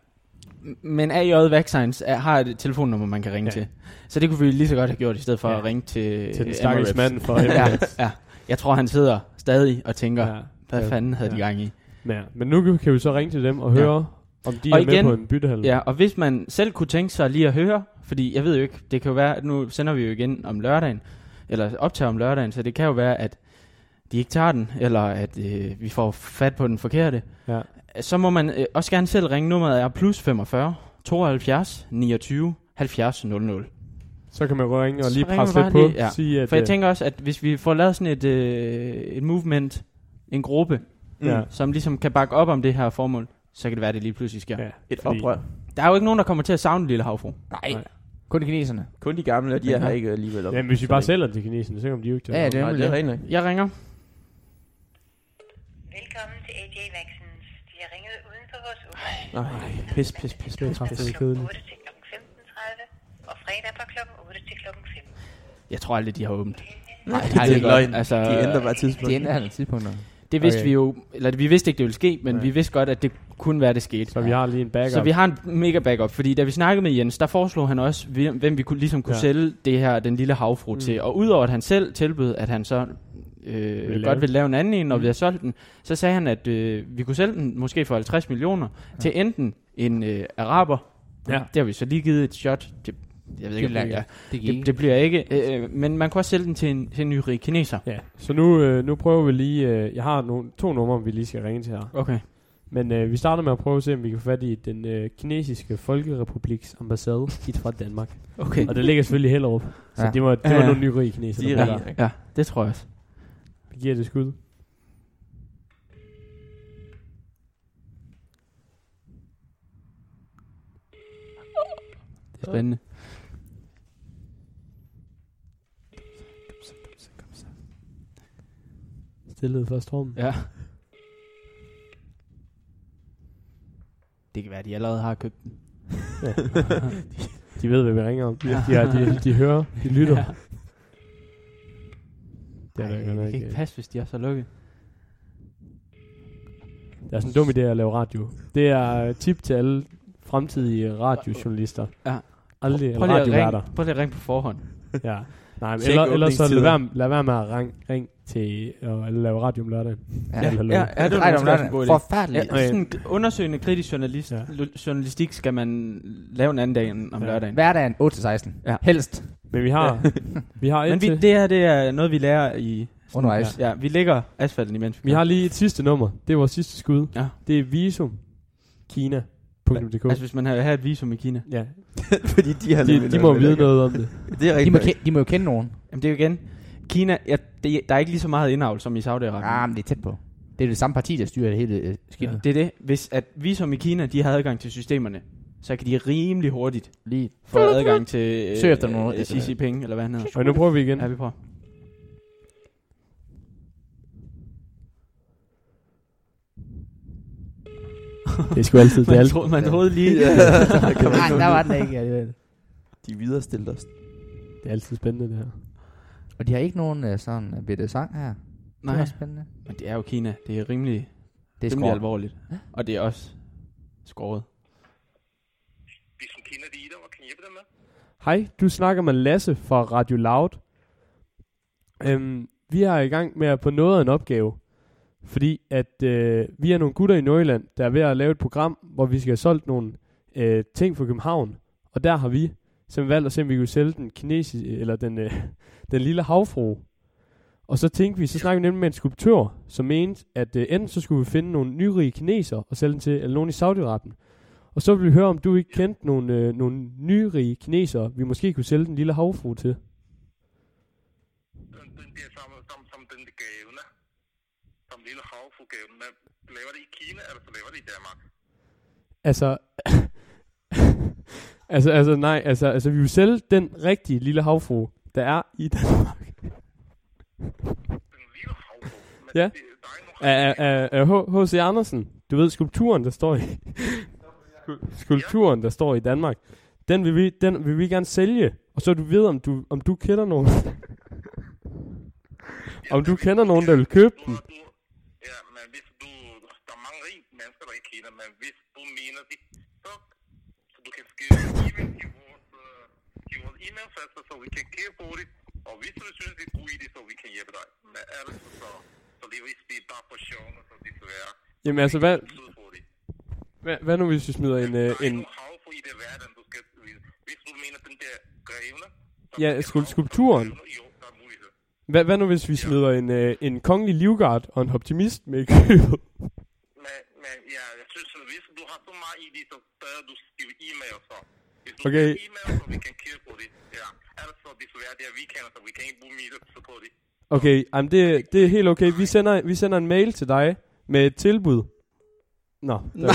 Men A J Vaccines er, har et telefonnummer, man kan ringe Ja. til. Så det kunne vi lige så godt have gjort, i stedet for Ja. at ringe til Til den stakkels Emirates. mand for ja, Emirates. ja. Jeg tror, han sidder stadig og tænker, Ja. hvad Ja. fanden havde de Ja. gang i? Ja. Men nu kan vi så ringe til dem og Ja. høre, om de Og er igen- med på en byttehandel. Ja, og hvis man selv kunne tænke sig lige at høre, fordi jeg ved jo ikke, det kan jo være, at nu sender vi jo igen om lørdagen, eller optager om lørdagen, så det kan jo være, at de ikke tager den, eller at øh, vi får fat på den forkerte. Ja. Så må man øh, også gerne selv ringe. Nummeret er plus femogfyrre tooghalvfjerds niogtyve halvfjerds nul nul. Så kan man ringe og Så lige ringer presse man lidt bare på. lige, ja. Sige, at, For jeg øh, tænker også, at hvis vi får lavet sådan et, øh, et movement, en gruppe, ja. som ligesom kan bakke op om det her formål, så kan det være, at det lige pludselig sker. Ja. Et Fordi- oprør. Der er jo ikke nogen, der kommer til at savne Lille Havfru. Nej, Nej. kun de kineserne. Kun de gamle, og de er her ikke alligevel op. Jamen, hvis vi Så bare længe. sælger den til kineserne, så kommer de jo ikke til Ja, at- det er Nej, det er rent nok. Jeg ringer. Velkommen til A J Vaccines. De har ringet uden for vores uge. Nej, pis, pis, pis, Det er pis, kraftigt pis. kedeligt. otte til klokken femten tredive og fredag fra klokken otte til klokken fem. Jeg tror aldrig, de har åbent. Nej, det det er er ikke godt. løgn. Altså, De ændrer bare tidspunkt. De ændrer alle tidspunkter. Det vidste Okay. vi jo, eller vi vidste ikke, det ville ske, men Nej. vi vidste godt, at det kunne være, det skete. Så vi har lige en backup. Så vi har en mega backup, fordi da vi snakkede med Jens, der foreslog han også, vi- hvem vi kunne, ligesom kunne Ja. sælge det her, den lille havfru Mm. til. Og udover at han selv tilbød, at han så øh, lave godt ville lave en anden en, når Mm. vi har solgt den, så sagde han, at øh, vi kunne sælge den måske for halvtreds millioner ja. til enten en øh, araber. Ja. Det har vi så lige givet et shot. Det, jeg ved ikke, om det, ja, Det gik det, ikke. det bliver ikke. Øh, men man kunne også sælge den til en, til en nyrig kineser. Ja, så nu, øh, nu prøver vi lige... Øh, jeg har nogle, to numre, vi lige skal ringe til her. Okay. Men øh, vi starter med at prøve at se, om vi kan få fat i den øh, kinesiske folkerepubliks ambassade hit fra Danmark. Okay. Og det ligger selvfølgelig i Hellerup. Så Ja. det var, det var Ja, ja. nogle nyrige kineser, De der er var rige. der. Ja, det tror jeg også. Vi giver det et skud. Det er spændende. Stillede først rum. Ja. Det kan være, at de allerede har købt den. Ja. De ved, hvad vi ringer om. De, de, er, de, de hører, de lytter. Ja. Det er Ej, da godt nok det kan ikke ikke. passe, hvis de er så lukket. Det er sådan en dum idé at lave radio. Det er tip til alle fremtidige radiojournalister. Ja. Aldrig Prøv lige, at radioværter. ringe, prøv lige at ringe på forhånd. Ja. Nej, men Tjek eller, ellers så lad åbningstider. være, lad være med at ring, ring til at lave radio om lørdagen. Ja. Ja, hallo. Ja, ja, det Ej, var om måske også en god idé. Forfærdeligt. Ja, sådan en undersøgende kritisk journalist, Ja. ja. journalistik skal man lave en anden dag end om Ja. lørdagen. Hverdagen otte til seksten. Ja. Helst. Men vi har, vi har et Men vi, til. det her, det er noget, vi lærer i... Undervejs. Ja, vi lægger asfalten imens. Vi har lige et sidste nummer. Det er vores sidste skud. Ja. Det er visum kina punktum d k. Altså, hvis man har, har et visum i Kina. Ja, Fordi de har de, de må vide noget om det. Det er De rigtigt. må, nok. ke- de må jo kende nogen. Jamen, det er jo igen... Kina, ja, det, der er ikke lige så meget indavl som i Saudi-Arabien. Ah, men det er tæt på. Det er det samme parti, der styrer det hele øh, skidt. Ja. Ja. Det er det. Hvis at visum i Kina, de har adgang til systemerne, så kan de rimelig hurtigt Lige. få adgang til Søg efter nogle- Xi Jinping, eller hvad han hedder. Og nu prøver vi igen. Ja, vi prøver. Det er sgu altid det. er Man, alt- troede, man troede lige... Ja. Nej, der var den ikke alligevel. De videre stillede os. Det er altid spændende, det her. Og de har ikke nogen uh, sådan uh, bitte sang her. Det er Nej, også spændende. men det er jo Kina. Det er rimelig, Det er rimelig skåret. alvorligt. Og det er også skåret. Visum Kina, det er Ida. Hvad kan jeg hjælpe dig med? Hej, du snakker med Lasse fra Radio Loud. Øhm, vi er i gang med på noget af en opgave. Fordi at øh, vi er nogle gutter i Nordjylland, der er ved at lave et program, hvor vi skal have solgt nogle øh, ting fra København. Og der har vi simpelthen valgt at se, om vi kunne sælge den kinesiske, eller den, øh, den lille havfrue. Og så tænkte vi, så snakkede vi nemlig med en skulptør, som mente, at øh, enten så skulle vi finde nogle nyrige kinesere og sælge den til, eller nogen i Saudi-Arabien. Og så ville vi høre, om du ikke kendte nogle, øh, nogle nyrige kinesere, vi måske kunne sælge den lille havfrue til. Den, den der som, som, som den gavene. Som lille havfugave. Men laver det i Kina, eller så laver det i Danmark? Altså, altså, altså nej, altså, altså vi vil sælge den rigtige lille havfrue, der er i Danmark. Den lille havfugave. Men Ja. det, der er ikke nogen... Af, af, af H C Andersen. Du ved, skulpturen, der står i... Skul- skulpturen, der står i Danmark. Den vil vi, den vil vi gerne sælge. Og så du ved, om du, om du kender nogen. om du kender nogen, der vil købe den. Du, du, ja, men hvis du... Der er mange rige mennesker, der er i Kina, men hvis du mener det, så, så du kan skrive e-mail i vores, uh, i vores e-mail-fester, så vi kan kigge på det. Og hvis du synes, det er god idé, så vi kan hjælpe dig. Men ellers så, så lever vi spil bare på showen, så det skal være... Jamen altså, hvad, Syd for det. hvad, hvad nu hvis vi smider en... Der Øh, er ikke en nogen havfru i det verden, du skal... Hvis du mener den der grevne... så Ja, er det skul- havfru, skulpturen. grevne, Jo, der er mulighed. hvad, hvad nu hvis vi smider en, øh, en kongelig livgard og en optimist med i købet? Men, men ja, jeg synes, at hvis du har så meget i det, så bør du skrive e-mail så. Hvis du Okay. skriver e-mail, så vi kan kigge på det. Ja, ellers så desværre det er weekender, så vi kan ikke bruge midler så på det. Okay, jamen det, det er helt okay. Vi sender, vi sender en mail til dig med et tilbud. Nå. Nej.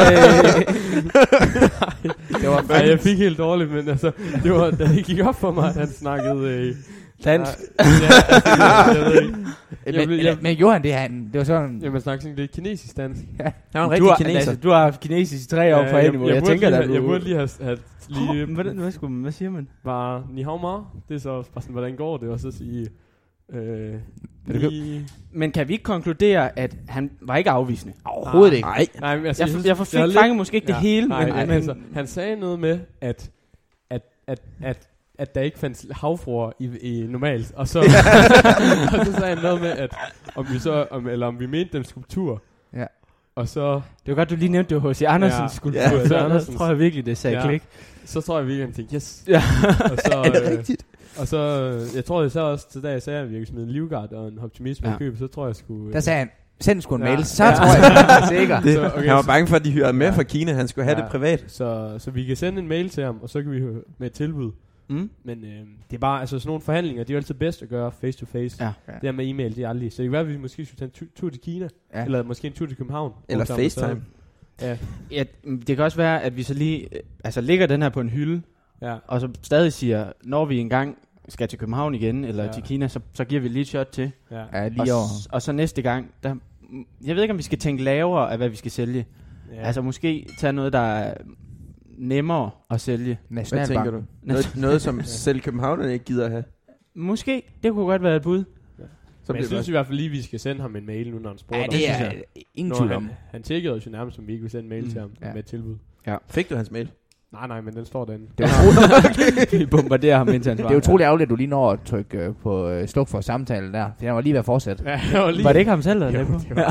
Det var Nej, jeg fik helt dårligt, men altså, det var, da det gik op for mig, at han snakkede... Øh, Dansk. Ja, altså, jeg ved ikke. Men, Jeg vil- men, jeg- men gjorde han det, han, det var sådan... Jamen, jeg snakker sådan lidt kinesisk dansk. Han var en Du rigtig har, kineser. altså, du har haft kinesisk i tre år på jeg, A-niveau. jeg, Jeg, burde tænker, lige, at have- du... jeg burde lige have, have lige Hvad, hvad, skulle, hvad siger man? bare ni hao ma. Det er så bare sådan, hvordan går det? Og så sige... Øh, det køb- lige, Men kan vi ikke konkludere, at han var ikke afvisende? Overhovedet ikke. Nej. nej, men altså, Jeg, synes, jeg, jeg, det er jeg lidt- fanger måske ikke det Ja, hele, nej, men, men, men altså, han sagde noget med, at, at, at, at, at der ikke fandt havfruer i, i normalt. Og så, og så sagde han noget med, at om vi så, om, eller om vi mente den skulptur. Ja. Og så, det var godt, du lige nævnte det H C Andersens Ja. skulptur. Ja, Ja, så Andersens. tror jeg virkelig, det sagde Ja. ja. klik. så tror jeg virkelig, han tænkte, yes. Ja. Og så, Er det øh, rigtigt? Og så, øh, jeg tror, jeg så også til dag, jeg sagde, at vi kunne smide en livgard og en optimisme Ja. i køb, så tror jeg, jeg skulle... øh, Der sagde han, send sgu en Ja. mail, så Ja. tror jeg, jeg er sikker. Det, Så, okay, han var så- bange for, at de hyrede med Ja. fra Kina. Han skulle have Ja. det privat. Så, så vi kan sende en mail til ham, og så kan vi høre med et tilbud. Mm. Men øh, det er bare, altså sådan nogle forhandlinger, det er jo altid bedst at gøre face to face. Ja. Det her med e-mail, det er aldrig. Så det kan være, at vi måske skulle tage en tu- tur til Kina, Ja. eller måske en tur til København. Eller Hvor vi sammen FaceTime. Ja, Ja, det kan også være, at vi så lige øh, altså lægger den her på en hylde, ja. og så stadig siger, når vi engang skal til København igen, eller Ja. ja. til Kina, så, så giver vi lige et shot til. ja. Ja, Og, lige over. s- og så næste gang, der, mm, jeg ved ikke, om vi skal tænke lavere af, hvad vi skal sælge. ja. Ja. Altså måske tage noget, der er nemmere at sælge. Hvad tænker Nationalbank. du? Noget, noget som selv københavnerne ikke gider have. Måske, det kunne godt være et bud. Så Men jeg synes i hvert fald lige, vi skal sende ham en mail nu, når han spurgte. Ja, om det er synes jeg. ingen Når tvivl han, om. han tjekkede os jo nærmest, om vi ikke ville sende en mail Mm, til ham ja. med et tilbud. Fik du hans mail? Nej, nej, men den står derinde. Det er utroligt, Vi bombarderer ham, indtil han det er utroligt ærgerligt, at du lige når at trykke øh, på øh, sluk for samtalen der. Det var lige ved at fortsætte. Ja, det var lige... Var det ikke ham selv, der havde det på?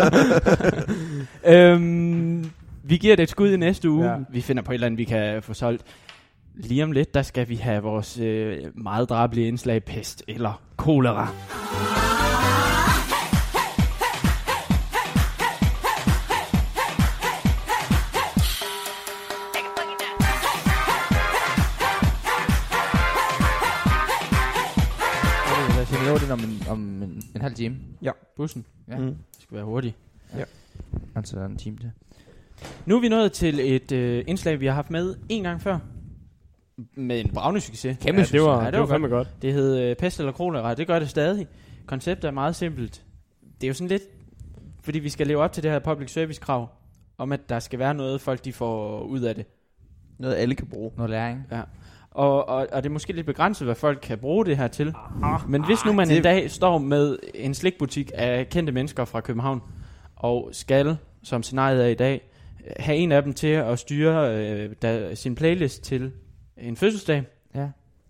Ja. øhm, vi giver det et skud i næste uge. Ja. Vi finder på et eller andet, vi kan få solgt. Lige om lidt, der skal vi have vores øh, meget drabelige indslag pest eller kolera. Vi når den om en, om en, en halv time. Ja. Bussen. Ja. Mm. Det skal være hurtigt. Altså der er en time til. Nu er vi nået til et øh, indslag, vi har haft med en gang før. Med en bravende succes. Kæmpe ja, det var, Ja, det, det var fandme godt. Det hed øh, pest eller kolera. Det gør det stadig. Konceptet er meget simpelt. Det er jo sådan lidt, fordi vi skal leve op til det her public service krav, om at der skal være noget, folk de får ud af det. Noget alle kan bruge. Noget læring. Ja. Og, og, og det er måske lidt begrænset, hvad folk kan bruge det her til. Men hvis nu man det- en dag står med en slikbutik af kendte mennesker fra København, og skal, som scenariet er i dag, have en af dem til at styre øh, der, sin playlist til en fødselsdag, Ja.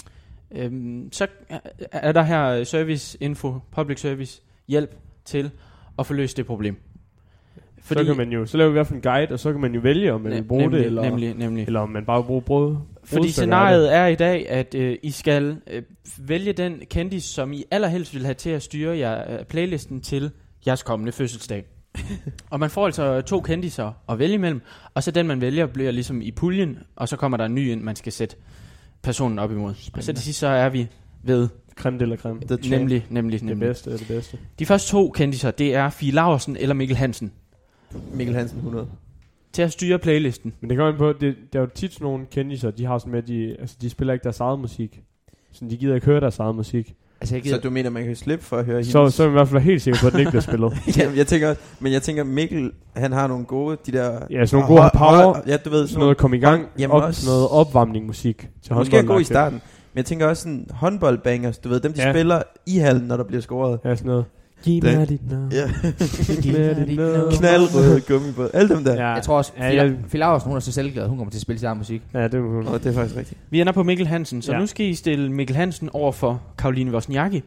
øhm, så er der her service info, public service, hjælp til at få løst det problem. Fordi, så kan man jo, så laver vi i hvert fald en guide, og så kan man jo vælge, om man vil bruge nemlig, det, eller, nemlig, nemlig. eller om man bare vil bruge brød. Fordi scenariet er i dag, at øh, I skal øh, vælge den kendis, som I allerhelst vil have til at styre jer, øh, playlisten til jeres kommende fødselsdag. Og man får altså to kendiser at vælge imellem, og så den man vælger bliver ligesom i puljen, og så kommer der en ny ind, man skal sætte personen op imod. Spændende. Og så til sidst så er vi ved Creme de la creme. The champ. nemlig, nemlig, Det nemlig. bedste er det bedste. De første to kendiser, det er Fie Laursen eller Mikkel Hansen, Mikkel Hansen hundrede. til at styre playlisten. Men det kommer ind på, det, der er jo tit sådan nogle kendiser, de har sådan med, de, altså de spiller ikke deres eget musik. Så de gider ikke høre deres eget musik. Altså jeg Så gider, du mener, man kan slippe for at høre Så, hendes? så er man i hvert fald helt sikker på, at den ikke bliver spillet. Jamen, jeg tænker, men jeg tænker, Mikkel, han har nogle gode, de der... Ja, sådan nogle gode power, Ja, du ved, sådan noget at komme i gang, Jamen op, også- sådan noget opvarmning musik til Måske er god i håndboldlagte. starten, men jeg tænker også sådan håndboldbangers, du ved, dem de Ja. spiller i hallen, når der bliver scoret. Ja, sådan noget. Giv Den- mig dit navn. Ja. Giv mig dit navn. Knaldrøde gummibåd. Alle dem der. Ja, jeg tror også, ja, jeg, Fie Laursen, hun er så selvglad, hun kommer til at spille sin egen musik. ja, det er hun. Og det er faktisk rigtigt. Vi ender på Mikkel Hansen, så Ja. nu skal I stille Mikkel Hansen over for Karoline Wozniacki.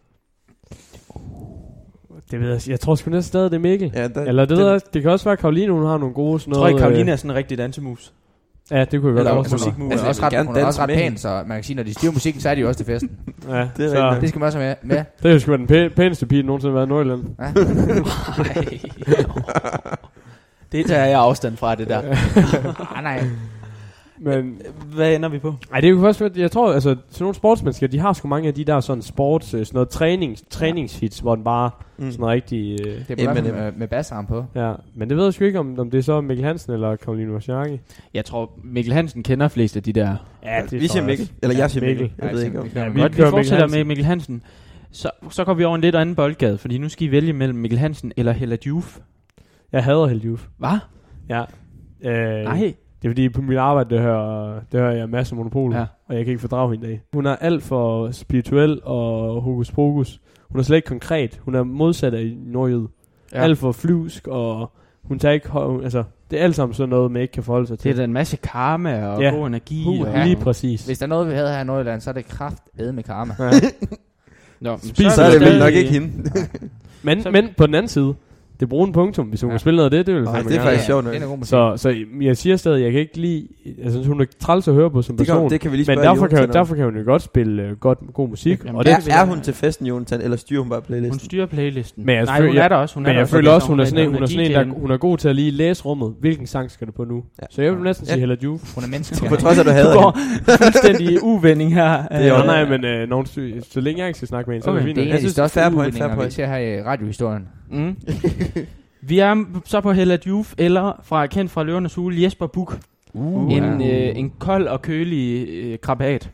Det ved jeg, jeg tror sgu næsten stadig, det er Mikkel. Ja, der, Eller det, den, ved jeg, det kan også være, at Karoline, hun har nogle gode sådan Jeg noget. tror ikke, Karoline øh, er sådan en rigtig dansemus. Ja, det kunne jeg Eller godt også også musikmus. Hun er jeg også vil ret, gerne hun er også danse ret med pæn, hende. så man kan sige, når de styrer musikken, så er de jo også til festen. Ja, Det er så, rigtigt. Det skal man også have med. med. det er sgu være den pæ- pæneste pige, der nogensinde har været i Nordjylland. Ja. Det tager jeg afstand fra, det der. Ah, nej. Men Hvad ender vi på? ej, det kunne også være, jeg tror, altså, sådan nogle sportsmennesker, de har sgu mange af de der sådan sports, øh, sådan noget trænings, træningshits, hvor den bare Mm. sådan rigtig, øh, Det er bare Eminem. med, med bassarm på. ja. Men det ved jeg sgu ikke, om, om det er så Mikkel Hansen eller Karoline Wozniacki. Jeg tror, Mikkel Hansen kender flest af de der. Ja, det vi siger Mikkel. Eller jeg siger Mikkel. Mikkel. Jeg ved ikke om. Ja, vi Godt, vi kører Mikkel fortsætter Hansen. med Mikkel Hansen. Så, så går vi over en lidt anden boldgade, fordi nu skal I vælge mellem Mikkel Hansen eller Hella Juf. Jeg hader Helle Juf. Hvad? Ja. Øh, Nej. Det er fordi på mit arbejde, det hører, det hører jeg masser af Monopol, Ja. ja. og jeg kan ikke fordrage hende i dag. Hun er alt for spirituel og hokus pokus. Hun er slet ikke konkret. Hun er modsat af nordjyd. Ja. Alt for flyvsk, og hun tager ikke... hø- Altså, det er alt sammen sådan noget, man ikke kan forholde sig Det er til. da en masse karma og Ja. god energi. Uh, og, lige præcis. Hvis der er noget, vi havde her i Nordjylland, så er det kraft æde med karma. Ja. Nå, men Spis- Så er det vel stadig- nok ikke hende. Men, Så- men på den anden side, det brune punktum, hvis hun Ja. ja. spille noget af det, det vil Ej, jeg det er gerne. faktisk sjovt nok. Det er en god musik. Så, så jeg siger stadig, jeg kan ikke lide... Altså, hun er træls at høre på som Det kan, person. det kan vi lige Men spørge derfor kan, Jonathan om. derfor kan hun jo godt spille uh, godt, god musik. Jamen, og det det, kan vi Er, da- er hun til festen, Jonathan, eller styrer hun bare Hun playlisten? styrer playlisten. Men jeg Nej, føler- hun er jeg- der også. Hun men er jeg der føler også, hun er lidt- sådan en, hun er sådan en, der, D J'en. hun er god til at lige læse rummet. Hvilken sang skal det på nu? Ja. Så jeg vil næsten sige Ja. Hella Juf. Hun er menneske. På trods af, at du Du havde går fuldstændig uvending her. Det er Ja, jo- nej, men øh, nogen, sy- så længe jeg ikke skal snakke med hende, så er Okay, det fint. Det er en Jeg af de synes, største fair point, fair udviklinger, vi point. ser her i radiohistorien. Mm. Vi er så på Hella Juf, eller fra kendt fra Løvernes Hule, Jesper Buch. Uh, En, øh, en kold og kølig øh, krabat.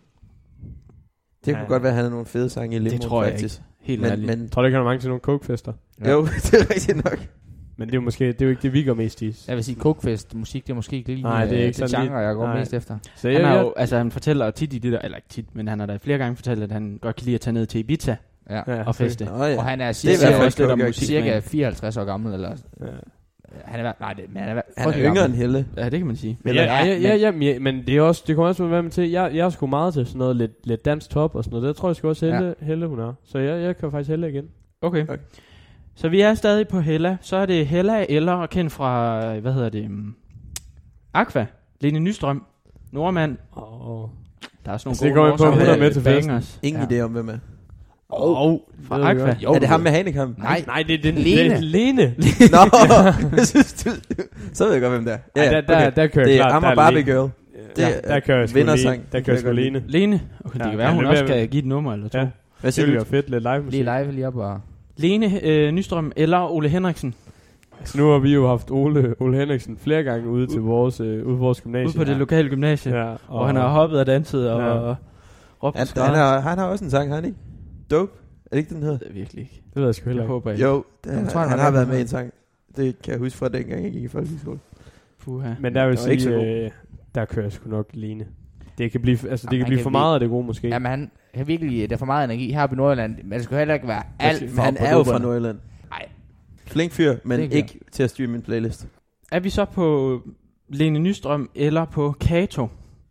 Det kunne Ja. godt være, at han havde nogle fede sange i Limbo, Det tror jeg faktisk. Helt Men, ærligt. men Jeg tror, det kan have mange til nogle kokefester. Ja. jo, det er rigtigt nok. Men det er jo måske, det er jo ikke det, vi går mest i. Jeg vil sige, Cookfest musik, det er måske ikke lige Nej, det er øh, ikke det sådan genre, jeg går nej. mest efter. Så Han, jeg, har jeg, jo, altså, han fortæller tit i det der, eller ikke tit, men han har da flere gange fortalt, at han godt kan lide at tage ned til Ibiza Ja. ja, og feste. Nå, ja. Og han er Det er i cirka, hvert fald lidt om coke, musik. cirka fireoghalvtreds år gammel, eller Ja. Han er, nej, det, men han er, Han er yngre end Helle. Ja, det kan man sige. Men, ja, ja, ja, ja, ja, men det er også, det kommer også med til. Jeg, jeg er sgu meget til sådan noget lidt, lidt dansk top og sådan noget. Det tror jeg sgu også Helle, ja. Helle hun er. Så jeg, jeg kan faktisk Helle igen. Okay. Okay. Så vi er stadig på Hella. Så er det Hella eller kendt fra, hvad hedder det, um, Aqua, Lene Nystrøm, Nordmand. Åh. Der er sådan Så nogle det går gode ind på, norske hun er med til festen. bangers. Ingen Ja. idé om, hvem er. Åh, oh, Fra Aqua. Jo, er det ham med Hanekamp? Nej, Nej, det er den Lene. det er Lene. Nå, jeg synes, du, så ved jeg godt, hvem det er. Ja, der, der, der kører det er klart. Amager der Barbie Lene. Girl. Det Ja, er der kører jeg sgu vindersang. Lene. Der kører jeg sgu Lene. Lene. Okay, det Ja, kan være, ja, hun det også vil- skal give et nummer eller to. Ja. Hvad Det siger vil du? være fedt, lidt live musik. lige live lige op og... Lene øh, Nystrøm eller Ole Henriksen. Så nu har vi jo haft Ole, Ole Henriksen flere gange ude til vores, øh, ude på vores gymnasie. Ude på det lokale gymnasie. Ja, og Hvor han har hoppet og danset og, Ja. og råbt Han, og skrevet. han, har, han har også en sang, har han ikke? Dope? Er det ikke den hedder? Det er virkelig ikke. Det ved jeg sgu heller Jeg ikke. håber ikke. Jo, det, Jeg han, tror, han han var har med været på med i den. en sang. Det kan jeg huske fra dengang, jeg gik i folkeskole. Puha. Men der vil Det var ikke sige, så god. øh, der kører jeg sgu nok Lene. Det kan blive, altså det Jamen, kan han blive kan for blive- meget af det gode måske. Jamen han har virkelig, der er for meget energi her på Nordjylland, men det skal heller ikke være alt Men for han på er jo fra doperne. Nordjylland. Nej. Flink fyr, men Flink fyr. ikke til at styre min playlist. Er vi så på Lene Nystrøm eller på Kato?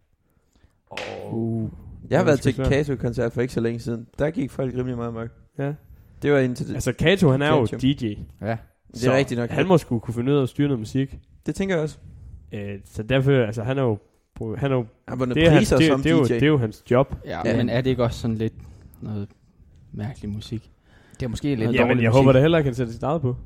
Uh. Jeg har Ja, været det skal til svært. Kato-koncert for ikke så længe siden. Der gik folk rimelig meget mørk. Ja. Det var indtil det. Altså Kato, han er jo Kato. D J. Ja. Det er rigtigt nok. Han må sgu kunne finde ud af at styre noget musik. Det tænker jeg også. Øh, så derfor, altså han er jo, han er jo, Han var det er, hans, priser det, som det, er jo, D J. det er jo hans job. Ja, Ja. men er det ikke også sådan lidt noget mærkelig musik? Det er måske lidt Ja, dårlig men jeg musik. håber da heller ikke, han sætter sit eget på.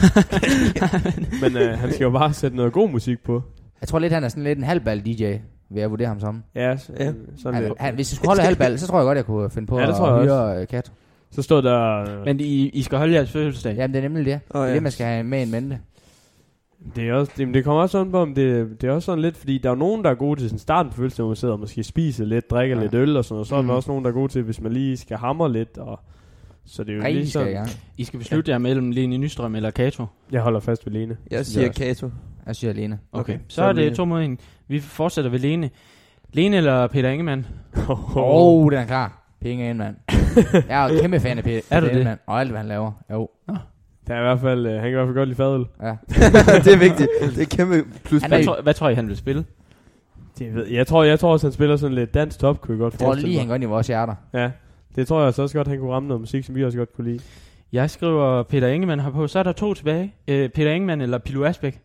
Men øh, han skal jo bare sætte noget god musik på. Jeg tror lidt, han er sådan lidt en halvbal D J, vil jeg vurdere ham som. Ja, så, Ja. sådan Han, lidt. han, hvis jeg skulle holde halvbal, så tror jeg godt, jeg kunne finde på Ja, det tror at jeg hyre uh, Kato. Så stod der... Men I, I skal holde jeres fødselsdag. Jamen, det er nemlig det. Åh, Det er ja. det, man skal have med en mente. Det, er også, det, det kommer også sådan på, om det, det er også sådan lidt, fordi der er nogen, der er gode til sådan starten på fødselsdag, hvor man sidder og måske spiser lidt, drikker Ja. ja. lidt øl og sådan noget. Så er Mhm. der også nogen, der er gode til, hvis man lige skal hamre lidt. Og, så det er jo Nej, lige I skal sådan, i gang. I skal beslutte jer mellem Lene Nystrøm eller Kato. jeg holder fast ved Lene. Jeg synes siger jeg også. Kato. Jeg siger Lene. Okay. Okay, Så, så er er det Lene. to mod en. Vi fortsætter ved Lene. Lene eller Peter Ingemann? Åh, oh, den er klar. Penge ind, mand. Jeg er jo kæmpe fan af Peter, Er du Peter det? Ingemann, og alt, hvad han laver. Jo. Der er i hvert fald, øh, han kan i hvert fald godt lide fadøl. Ja. Det er vigtigt. Det er kæmpe plus. Han er Hvad, jo- tror, hvad tror I, han vil spille? Det ved, jeg, tror, jeg tror også, han spiller sådan lidt dansk top, kunne jeg godt Jeg tror forestille lige, han mig. går ind i vores hjerter. Ja, det tror jeg altså også godt, han kunne ramme noget musik, som vi også godt kunne lide. Jeg skriver Peter Ingemann herpå. Så er der to tilbage. Øh, Peter Ingemann eller Pilo Asbæk?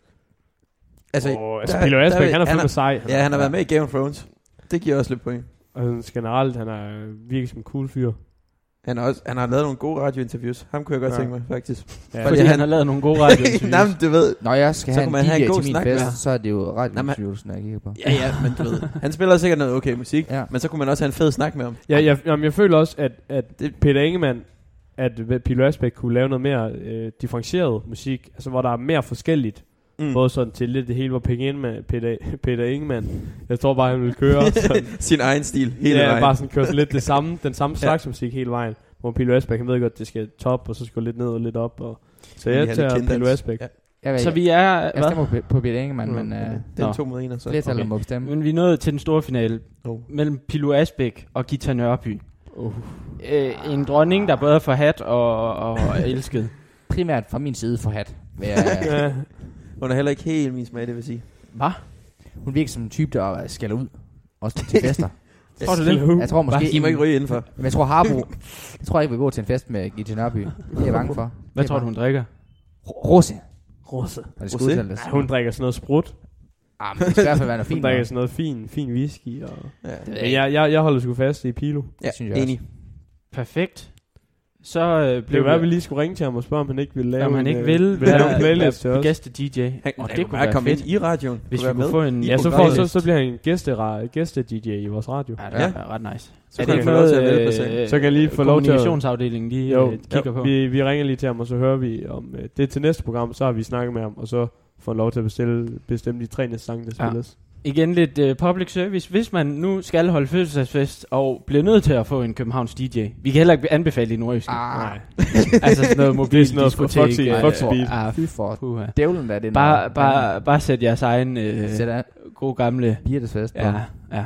Altså, Og, altså der- Pilo Asbæk, der- han er han fandme er- sej. ja, han har været med i Game of Thrones. Det giver også lidt point. Og sådan generelt, han er virkelig som en cool fyr. Han har, også, han har lavet nogle gode radiointerviews. Ham kunne jeg godt Ja. tænke mig, faktisk. Ja, Fordi han- han har lavet nogle gode radiointerviews. Nej, men du ved. Når jeg skal Så have kunne en man have D en J god til min snak med fest, ham. så er det jo Nå, men- radiointerviews, når jeg kigger på. Ja, ja, men du ved. Han spiller sikkert noget okay musik. Ja. Men så kunne man også have en fed snak med ham. Ja, jeg, jamen, jeg føler også, at, at det, Peter Ingemann, at Pilo Asbæk kunne lave noget mere øh, differentieret musik, altså hvor der er mere forskelligt, mm. både sådan til lidt det hele, hvor Peter Ingemann, Peter, Peter Ingemann, jeg tror bare, han ville køre sådan, Sin egen stil hele ja, vejen. bare sådan køre sådan lidt det samme, den samme slags ja. musik hele vejen, hvor Pilo Asbæk, han ved godt, det skal top, og så skal lidt ned og lidt op, og så Lige jeg have tager lidt Pilo kinddans. Asbæk. Ja. Jeg, ved, Så jeg, vi er... jeg Hvad? stemmer på, på Peter Ingemann, Mm. men uh, Den Nå. to mod en, og så. flertallet Okay. må bestemme. Men vi er nået til den store finale Oh. mellem Pilo Asbæk og Gita Nørby. Uh. Øh, en dronning, der både er forhat og, og elsket. Primært fra min side for hat. Vil jeg- Ja. Hun er heller ikke helt min smag, det vil sige. Hvad? Hun virker som en type, der skælder ud. Også til fester. Tror du det? Jeg tror måske... I må ikke ryge indenfor. Men jeg tror Harbo... Jeg tror ikke, vi går til en fest med Gita Nørby. Det er jeg bange for. Hvad tror du, hun drikker? Rose. Rose. Og det Rosé? skulle udtales. Hun drikker sådan noget sprut. Ah, men det skal i hvert fald være noget Hun fint. drikker noget. sådan noget fin, fin whisky. Og... Ja, Det ved Men jeg, jeg, jeg holder sgu fast i Pilo. ja synes jeg enig. Perfekt. Så øh, Det blev var, at vi lige skulle ringe til ham og spørge, om han ikke ville lave om han en, ikke øh, vil vil lave en være- playlist til være os. gæste D J. Han, Og han det kunne kunne bare være komme fedt. ind i radioen. Hvis Kunne vi være kunne med få en... i Ja, så, får, programmet. så, så bliver han en gæste, gæste D J i vores radio. Ja, det er ret nice. Så Er kan det han ikke få lov til at noget, vælge på scenen. øh, Så kan jeg lige få lov til at- kommunikationsafdelingen lige Jo, øh, kigger på? Vi, vi ringer lige til ham, og så hører vi om øh, det er til næste program, så har vi snakket med ham, og så får han lov til at bestille, bestemme de tre næste sange, der Ja. spilles. Igen lidt uh, public service. Hvis man nu skal holde fødselsdagsfest og bliver nødt til at få en Københavns D J. Vi kan heller ikke anbefale i Nordjysk. Ah, Nej. Altså sådan noget mobil Det er sådan noget diskotek. Foxy- øh, Foxy øh, Beat. ah, fy for puha. dævlen, der er det. Bare, bare, bare sæt jeres egen øh, Sæt af gode gamle... Birtes fest. Ja, ja.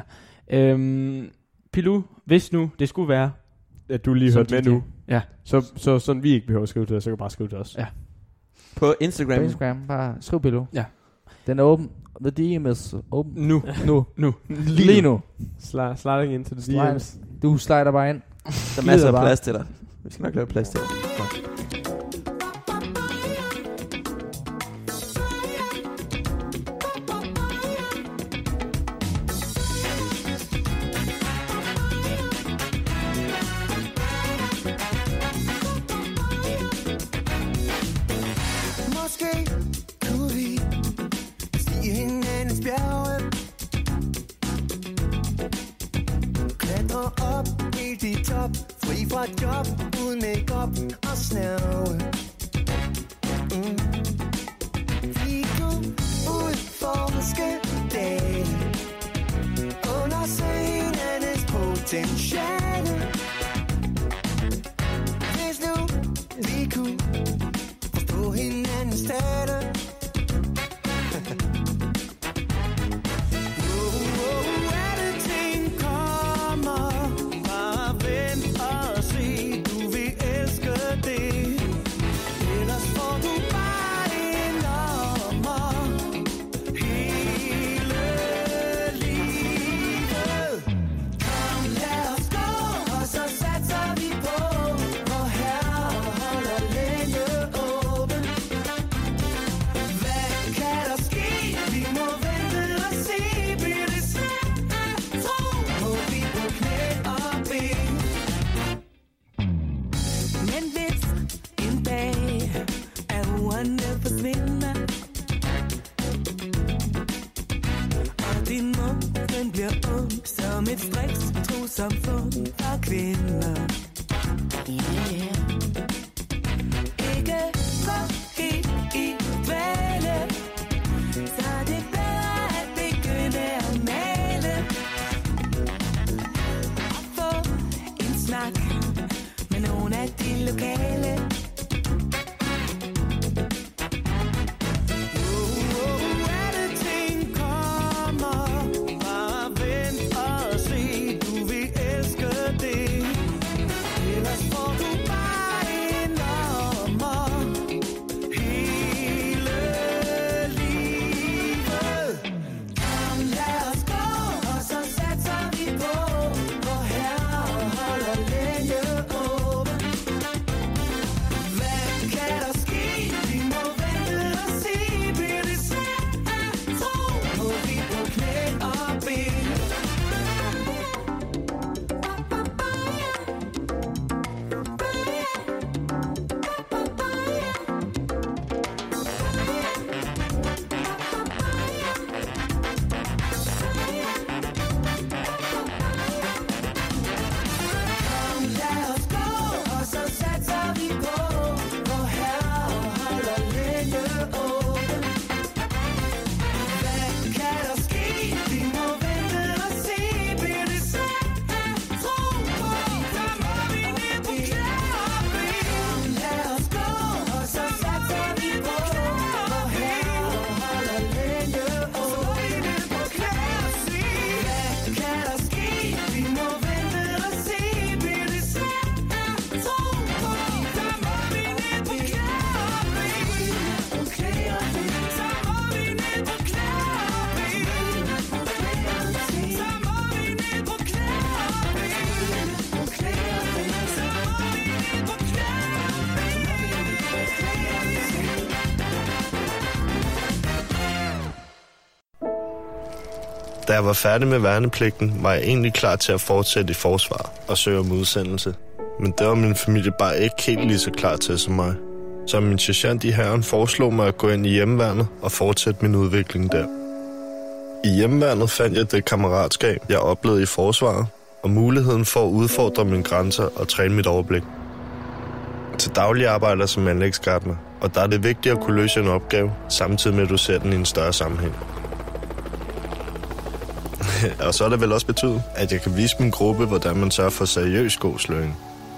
Øhm, Pilu, hvis nu det skulle være... At du lige Som hørte med D J. nu. Ja. Så, så sådan vi ikke behøver at skrive til dig, så kan du bare skrive til os. Ja. På Instagram. På Instagram. Bare skriv Billo. Ja. Den er åben. The D M is open. Nu. Nu. Nu. Lige nu. Sli- sliding into the D Slide. Ms. Du slider bare ind. Der er masser af bare. plads til dig. Vi skal nok lave plads til dig. Måske kunne vi stige hinandens bjerge, klatre op helt i top, fri fra job, uden make-up og snærve. Mm. Vi kunne udforske dagen, undersøge hinandens potentiale. Hvis nu vi kunne forstå hinandens tale. Som et striks trosamfund for kvinder. Yeah. Ikke gå helt i dvale, så det er bedre at begynde at male. Og få en snak med nogle af de lokale. Da jeg var færdig med værnepligten, var jeg egentlig klar til at fortsætte i forsvar og søge om udsendelse. Men det var min familie bare ikke helt lige så klar til som mig. Så min sergeant i hæren foreslog mig at gå ind i hjemmeværnet og fortsætte min udvikling der. I hjemmeværnet fandt jeg det kammeratskab, jeg oplevede i forsvaret, og muligheden for at udfordre mine grænser og træne mit overblik. Til daglig arbejder som anlægsgartner, og der er det vigtigt at kunne løse en opgave, samtidig med at du ser den i en større sammenhæng. Og så er det vel også betydet, at jeg kan vise min gruppe, hvordan man sørger for seriøs god sløring.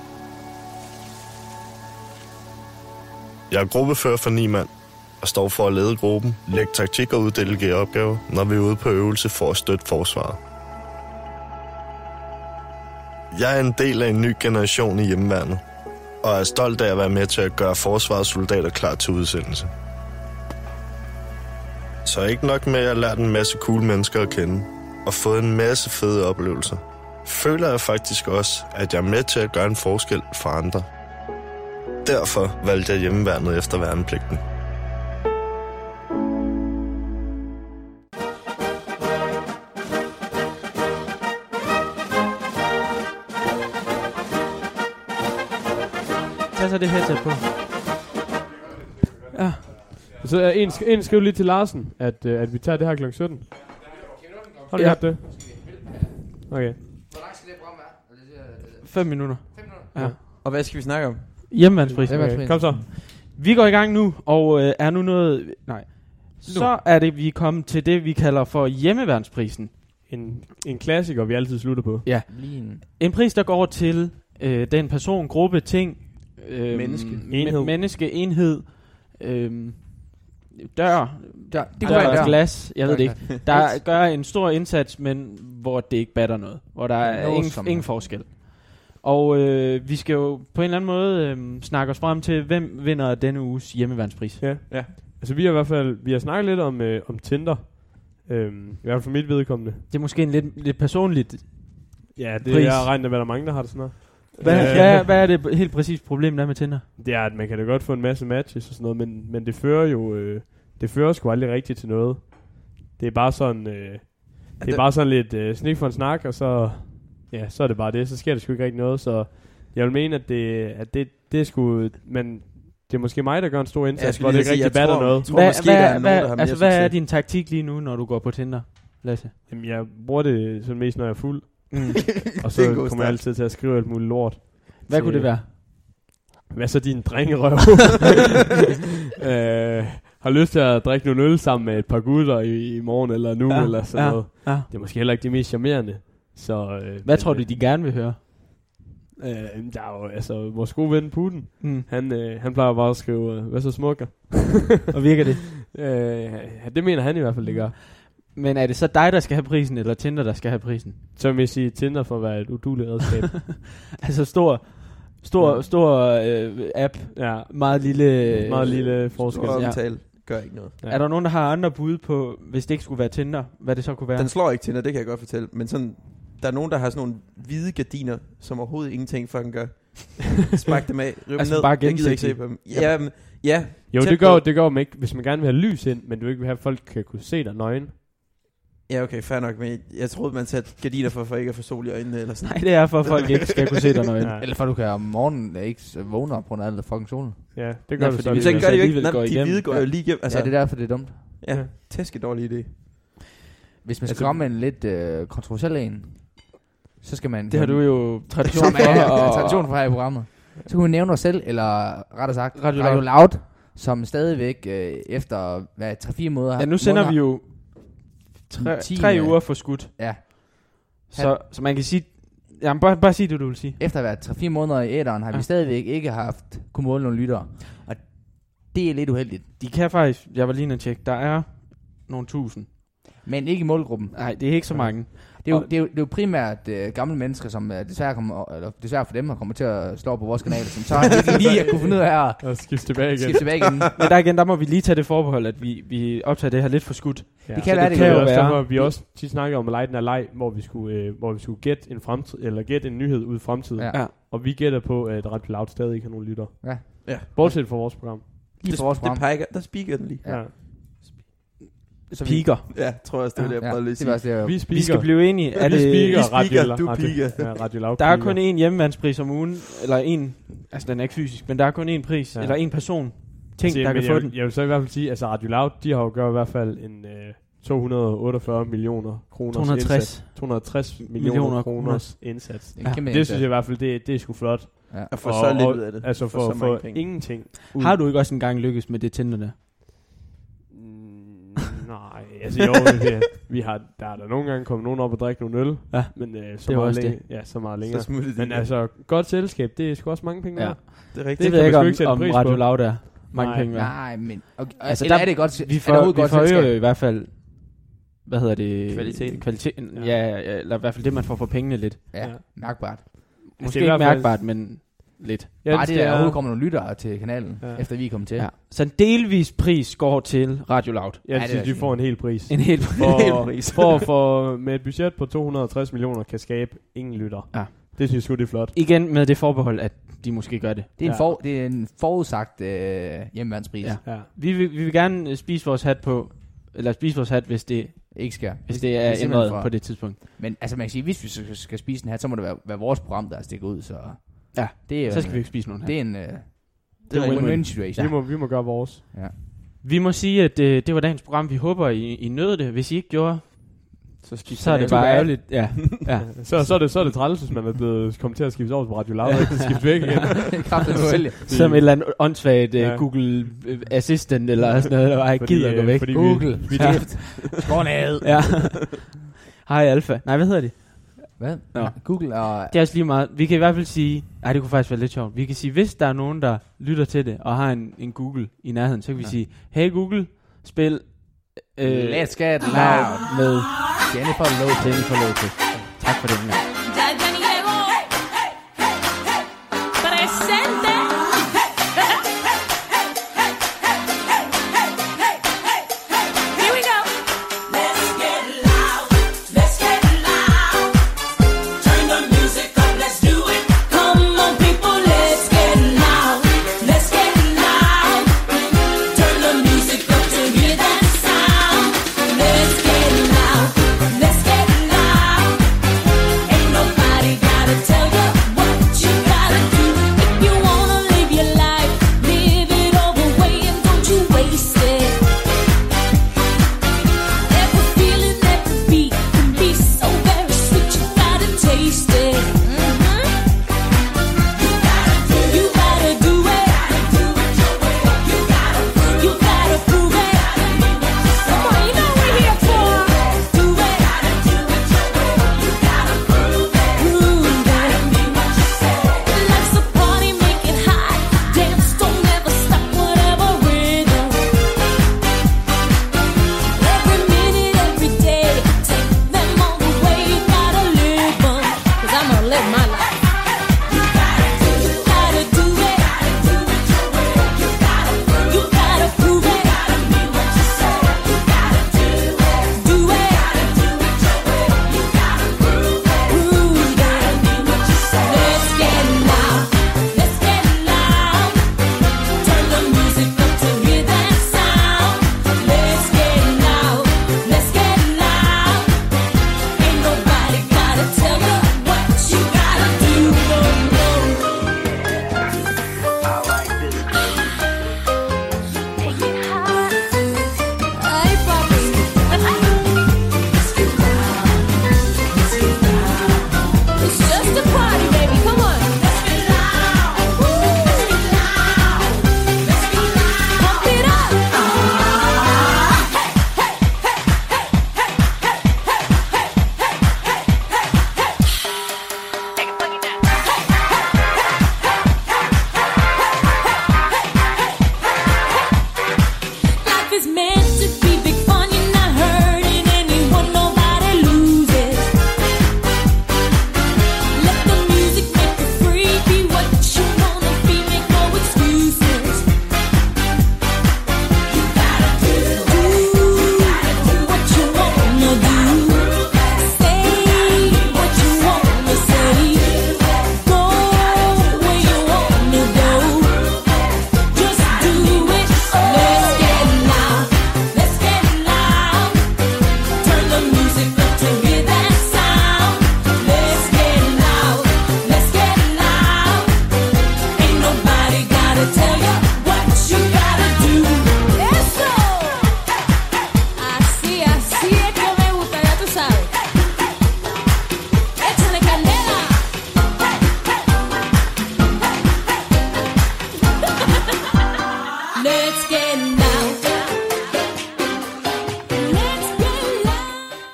Jeg er gruppefører for ni mand, og står for at lede gruppen, lægge taktik og uddelegere opgaver, når vi er ude på øvelse for at støtte forsvaret. Jeg er en del af en ny generation i hjemmeværnet. og er stolt af at være med til at gøre forsvarets soldater klar til udsendelse. Så ikke nok med, at jeg har lært en masse cool mennesker at kende, og fået en masse fede oplevelser. Føler jeg faktisk også, at jeg er med til at gøre en forskel for andre. Derfor valgte jeg hjemmeværnet efter værnepligten. Tag så det headset på. Ja. Så er en, en skriv lige til Larsen, at, øh, at vi tager det her klokken sytten. Har du Ja. gjort det? Okay. Hvor langt skal det program være? Fem minutter. Ja. Og hvad skal vi snakke om? Hjemmeværnsprisen. Okay, kom så. Vi går i gang nu, og øh, er nu noget... Nej. Så er det, vi er kommet til det, vi kalder for hjemmeværnsprisen. En, en klassiker, vi altid slutter på. Ja. Lige en. En pris, der går til øh, den person, gruppe, ting... Øh, Menneske. Enhed. Me- menneske, enhed... Øh, dør, Der, det dør, kunne være dør der. glas, jeg ved det Der- ikke. Der gør en stor indsats, men hvor det ikke batter noget. Hvor der er Noget ingen, som- ingen forskel. Og øh, vi skal jo på en eller anden måde øh, snakke os frem til, hvem vinder denne uges hjemmeværnspris. Ja. Ja. Altså vi har i hvert fald vi har snakket lidt om, øh, om Tinder. Øhm, I hvert fald for mit vedkommende. Det er måske en lidt, lidt personligt. Ja, det Pris. er jeg regner med, at der er mange, der har det sådan noget. Hvad, Øh, hvad, hvad er det helt præcis problem der med Tinder? Det er, at man kan da godt få en masse matches og sådan noget, men, men det fører jo øh, det fører sgu aldrig rigtigt til noget. Det er bare sådan øh, det er bare sådan lidt øh, snik for en snak, og så ja, så er det bare det. Så sker der sgu ikke rigtig noget, så jeg vil mene, at det, at det, det er sgu, men det er måske mig, der gør en stor Jeg indsats, skulle hvor det lige ikke sige, rigtig jeg batter tror- noget. tror måske, der er nogen, der har mere altså, hvad er succes. din taktik lige nu, når du går på Tinder, Lasse? Jamen, jeg bruger det sådan mest, når jeg er fuld, Mm. og Det er så en god kommer jeg start. altid til at skrive alt muligt lort. Hvad til- kunne det være? Hvad så din drengerøv? øh, har lyst til at drikke nogle øl sammen med et par gutter i, i morgen eller nu, Ja, eller sådan ja, noget. ja. Det er måske heller ikke det mest charmerende. Så, øh, Hvad men, tror du, de gerne vil høre? Øh, der er jo, altså, vores gode ven Putin, Mm. han, øh, han plejer bare at skrive, øh, hvad så smukker? Og virker det? øh, ja, det mener han i hvert fald, det gør. Men er det så dig, der skal have prisen, eller Tinder, der skal have prisen? Så vil jeg sige Tinder for at være et udueligt redskab. Altså stor, stor, Ja. stor øh, app, Ja, meget lille... meget lille forskel. Stor Ja. omtale gør ikke noget. Ja. Er der nogen, der har andre bud på, hvis det ikke skulle være Tinder, hvad det så kunne være? Den slår ikke Tinder, det kan jeg godt fortælle. Men sådan, der er nogen, der har sådan nogle hvide gardiner, som overhovedet ingenting fucking gør. Spark dem af, riv Altså dem ned. bare Jeg gider ikke gennemsigtige. se på dem. Ja, men, ja. Jo, tæt det på. gør, det gør man ikke, hvis man gerne vil have lys ind, men du ikke vil have, at folk kan kunne se dig nøgen. Ja, okay, fair nok. Men jeg troede, man satte gardiner for, for ikke at få sol i øjnene eller sådan. Nej, det er for, at folk ikke skal kunne se dig noget. Ja. Eller for du kan om morgenen ikke vågne op på grund af alt fucking solen. Ja, det Nej, gør du fordi så. vi Men så vil gør de jo ikke. alligevel Nej, gå de igennem. hvide går jo Ja. lige igennem. Altså, Altså, ja, det er derfor, det er dumt. ja, tæske dårlig idé. Hvis man skal Altså- komme med en lidt øh, kontroversiel en, så skal man... Det har du jo tradition som for. er og- tradition for her i programmet. Så kunne vi nævne os selv, eller rettere sagt, Radio Radio, Loud. Radio Loud, som stadigvæk øh, efter hvad, tre fire måneder... Ja, nu sender måneder- vi jo tre, tiende- tre uger for skudt. Ja. Så, så man kan sige... Jamen, bare, bare sig det, du vil sige. Efter at være tre fire måneder i æderen, har Ja. vi stadigvæk ikke haft kunne måle nogle lyttere. Og det er lidt uheldigt. De kan faktisk... Jeg var lige inde og tjekke. Der er nogle tusind. Men ikke i målgruppen. Nej, det er ikke så mange. Det er jo, Og- det er jo, det er jo primært øh, gamle mennesker, som øh, desværre, kommer, eller desværre for dem har kommet til at slå på vores kanal, som så ikke lige at kunne finde ud af at Og skift tilbage igen. skifte tilbage igen. Men der igen, der må vi lige tage det forbehold, at vi, vi optager det her lidt for skudt. Ja. Det Så kan være, det kan kan jo jo også være. derfor, vi også tit snakker om at lege den her leg, hvor vi skulle, øh, hvor vi skulle gætte en fremtid, eller gætte en nyhed ud i fremtiden. Ja. Ja. Og vi gætter på, at Radio Loud stadig ikke har nogen lytter. Ja. Ja. Bortset fra vores program. Lige Det, for vores det program. peger, der speaker den lige. Ja. Ja. Så vi- Piker. Ja, tror jeg også, det var det, jeg Ja, prøvede lige at det var sige. også det, Vi jeg... speaker. Vi skal blive enige. Er vi det, speaker, vi speaker, Radio, du Radio, piker. ja, Radio Loud der er piker. kun én hjemmevandspris om ugen, eller en, altså den er ikke fysisk, men der er kun én pris, Ja. ja. eller en person, ting, Altså, der men kan jeg, få vil- den. Jeg vil så i hvert fald sige, altså Radio Loud, de har jo gjort i hvert fald en øh, to hundrede og otteogfyrre millioner kroner to hundrede og tres. to hundrede og tres millioner, Millioner kroners indsats. En kæmpe Det indsats. synes jeg i hvert fald, det, det er sgu flot. Ja. At få så lidt ud af det. Altså for, så for, mange for penge. ingenting. Ud. Har du ikke også engang lykkes med det Tinder der? Mm, nej, altså jo, vi, vi har, der er der nogle gange kommet nogen op og drikke nogle øl, Ja. men øh, så, Det var meget også længe, ja, så meget længere. Så smutter det Men igen. altså, godt selskab, det er sgu også mange penge Ja. værd. det er Det, rigtigt. det ved jeg kan ikke man om, sgu ikke sætte om pris Radio på. Loud er mange Nej. penge værd. Nej, men... Okay, Altså, altså, der- eller er det godt... Vi, er det får, overhovedet vi godt forøger selskab? jo i hvert fald, hvad hedder det? Kvaliteten. Kvaliteten, Ja. ja. Ja, eller i hvert fald det, man får for pengene lidt. Ja, Ja. mærkbart. Måske i ikke hvert fald- mærkbart, men lidt. Ja, Bare det, der overhovedet kommer nogle lyttere til kanalen, Ja. efter vi er kommet til. Ja. Så en delvis pris går til Radio Loud. Ja, Ja, det det er de fint. får en hel pris. En hel, For, en hel pris. for, for med et budget på to hundrede og tres millioner kan skabe ingen lytter. Ja. Det synes jeg sgu, det er flot. Igen med det forbehold, at de måske gør det. Det er en, Ja. for, det er en forudsagt øh, hjemmeværnspris. Ja. Ja. Vi vil, vi vil gerne øh, spise vores hat på, eller spise vores hat, hvis det, Ikke sker. hvis det er simpelthen ændret for- på det tidspunkt. Men altså man kan sige, hvis vi skal, skal spise den her, så må det være, være vores program, der er stikket ud. Så, Ja, det er jo så skal en, vi ikke spise nogen hat. Det er en, øh, det Det er er en win-win. win-win situation. Vi, må, vi må gøre vores. Vi må sige, at øh, det var dagens program. Vi håber, I, I nød det. Hvis I ikke gjorde, Så, så er det bare ærgerligt. Ja. Ja. Så, så, er det, så er det træls, hvis man er blevet kommet til at skifte over på Radio Loud, og ikke kan skifte væk igen. Kraftigt nu vælge. Som et eller andet åndssvagt uh, Ja. Google uh, Assistant, eller sådan noget, der bare ikke gider at gå øh, væk. Fordi Google. Vi, vi, Ja. Skål ned. Ja. Hej Alfa. Nej, hvad hedder det? Hvad? Nå. Google og... Det er også lige meget. Vi kan i hvert fald sige... Nej, det kunne faktisk være lidt sjovt. Vi kan sige, hvis der er nogen, der lytter til det, og har en, en Google i nærheden, så kan vi Ja. sige, hey Google, spil... Øh, Let's get loud loud. med Jennifer Lopez. Jennifer Lopez. Tak for den gang.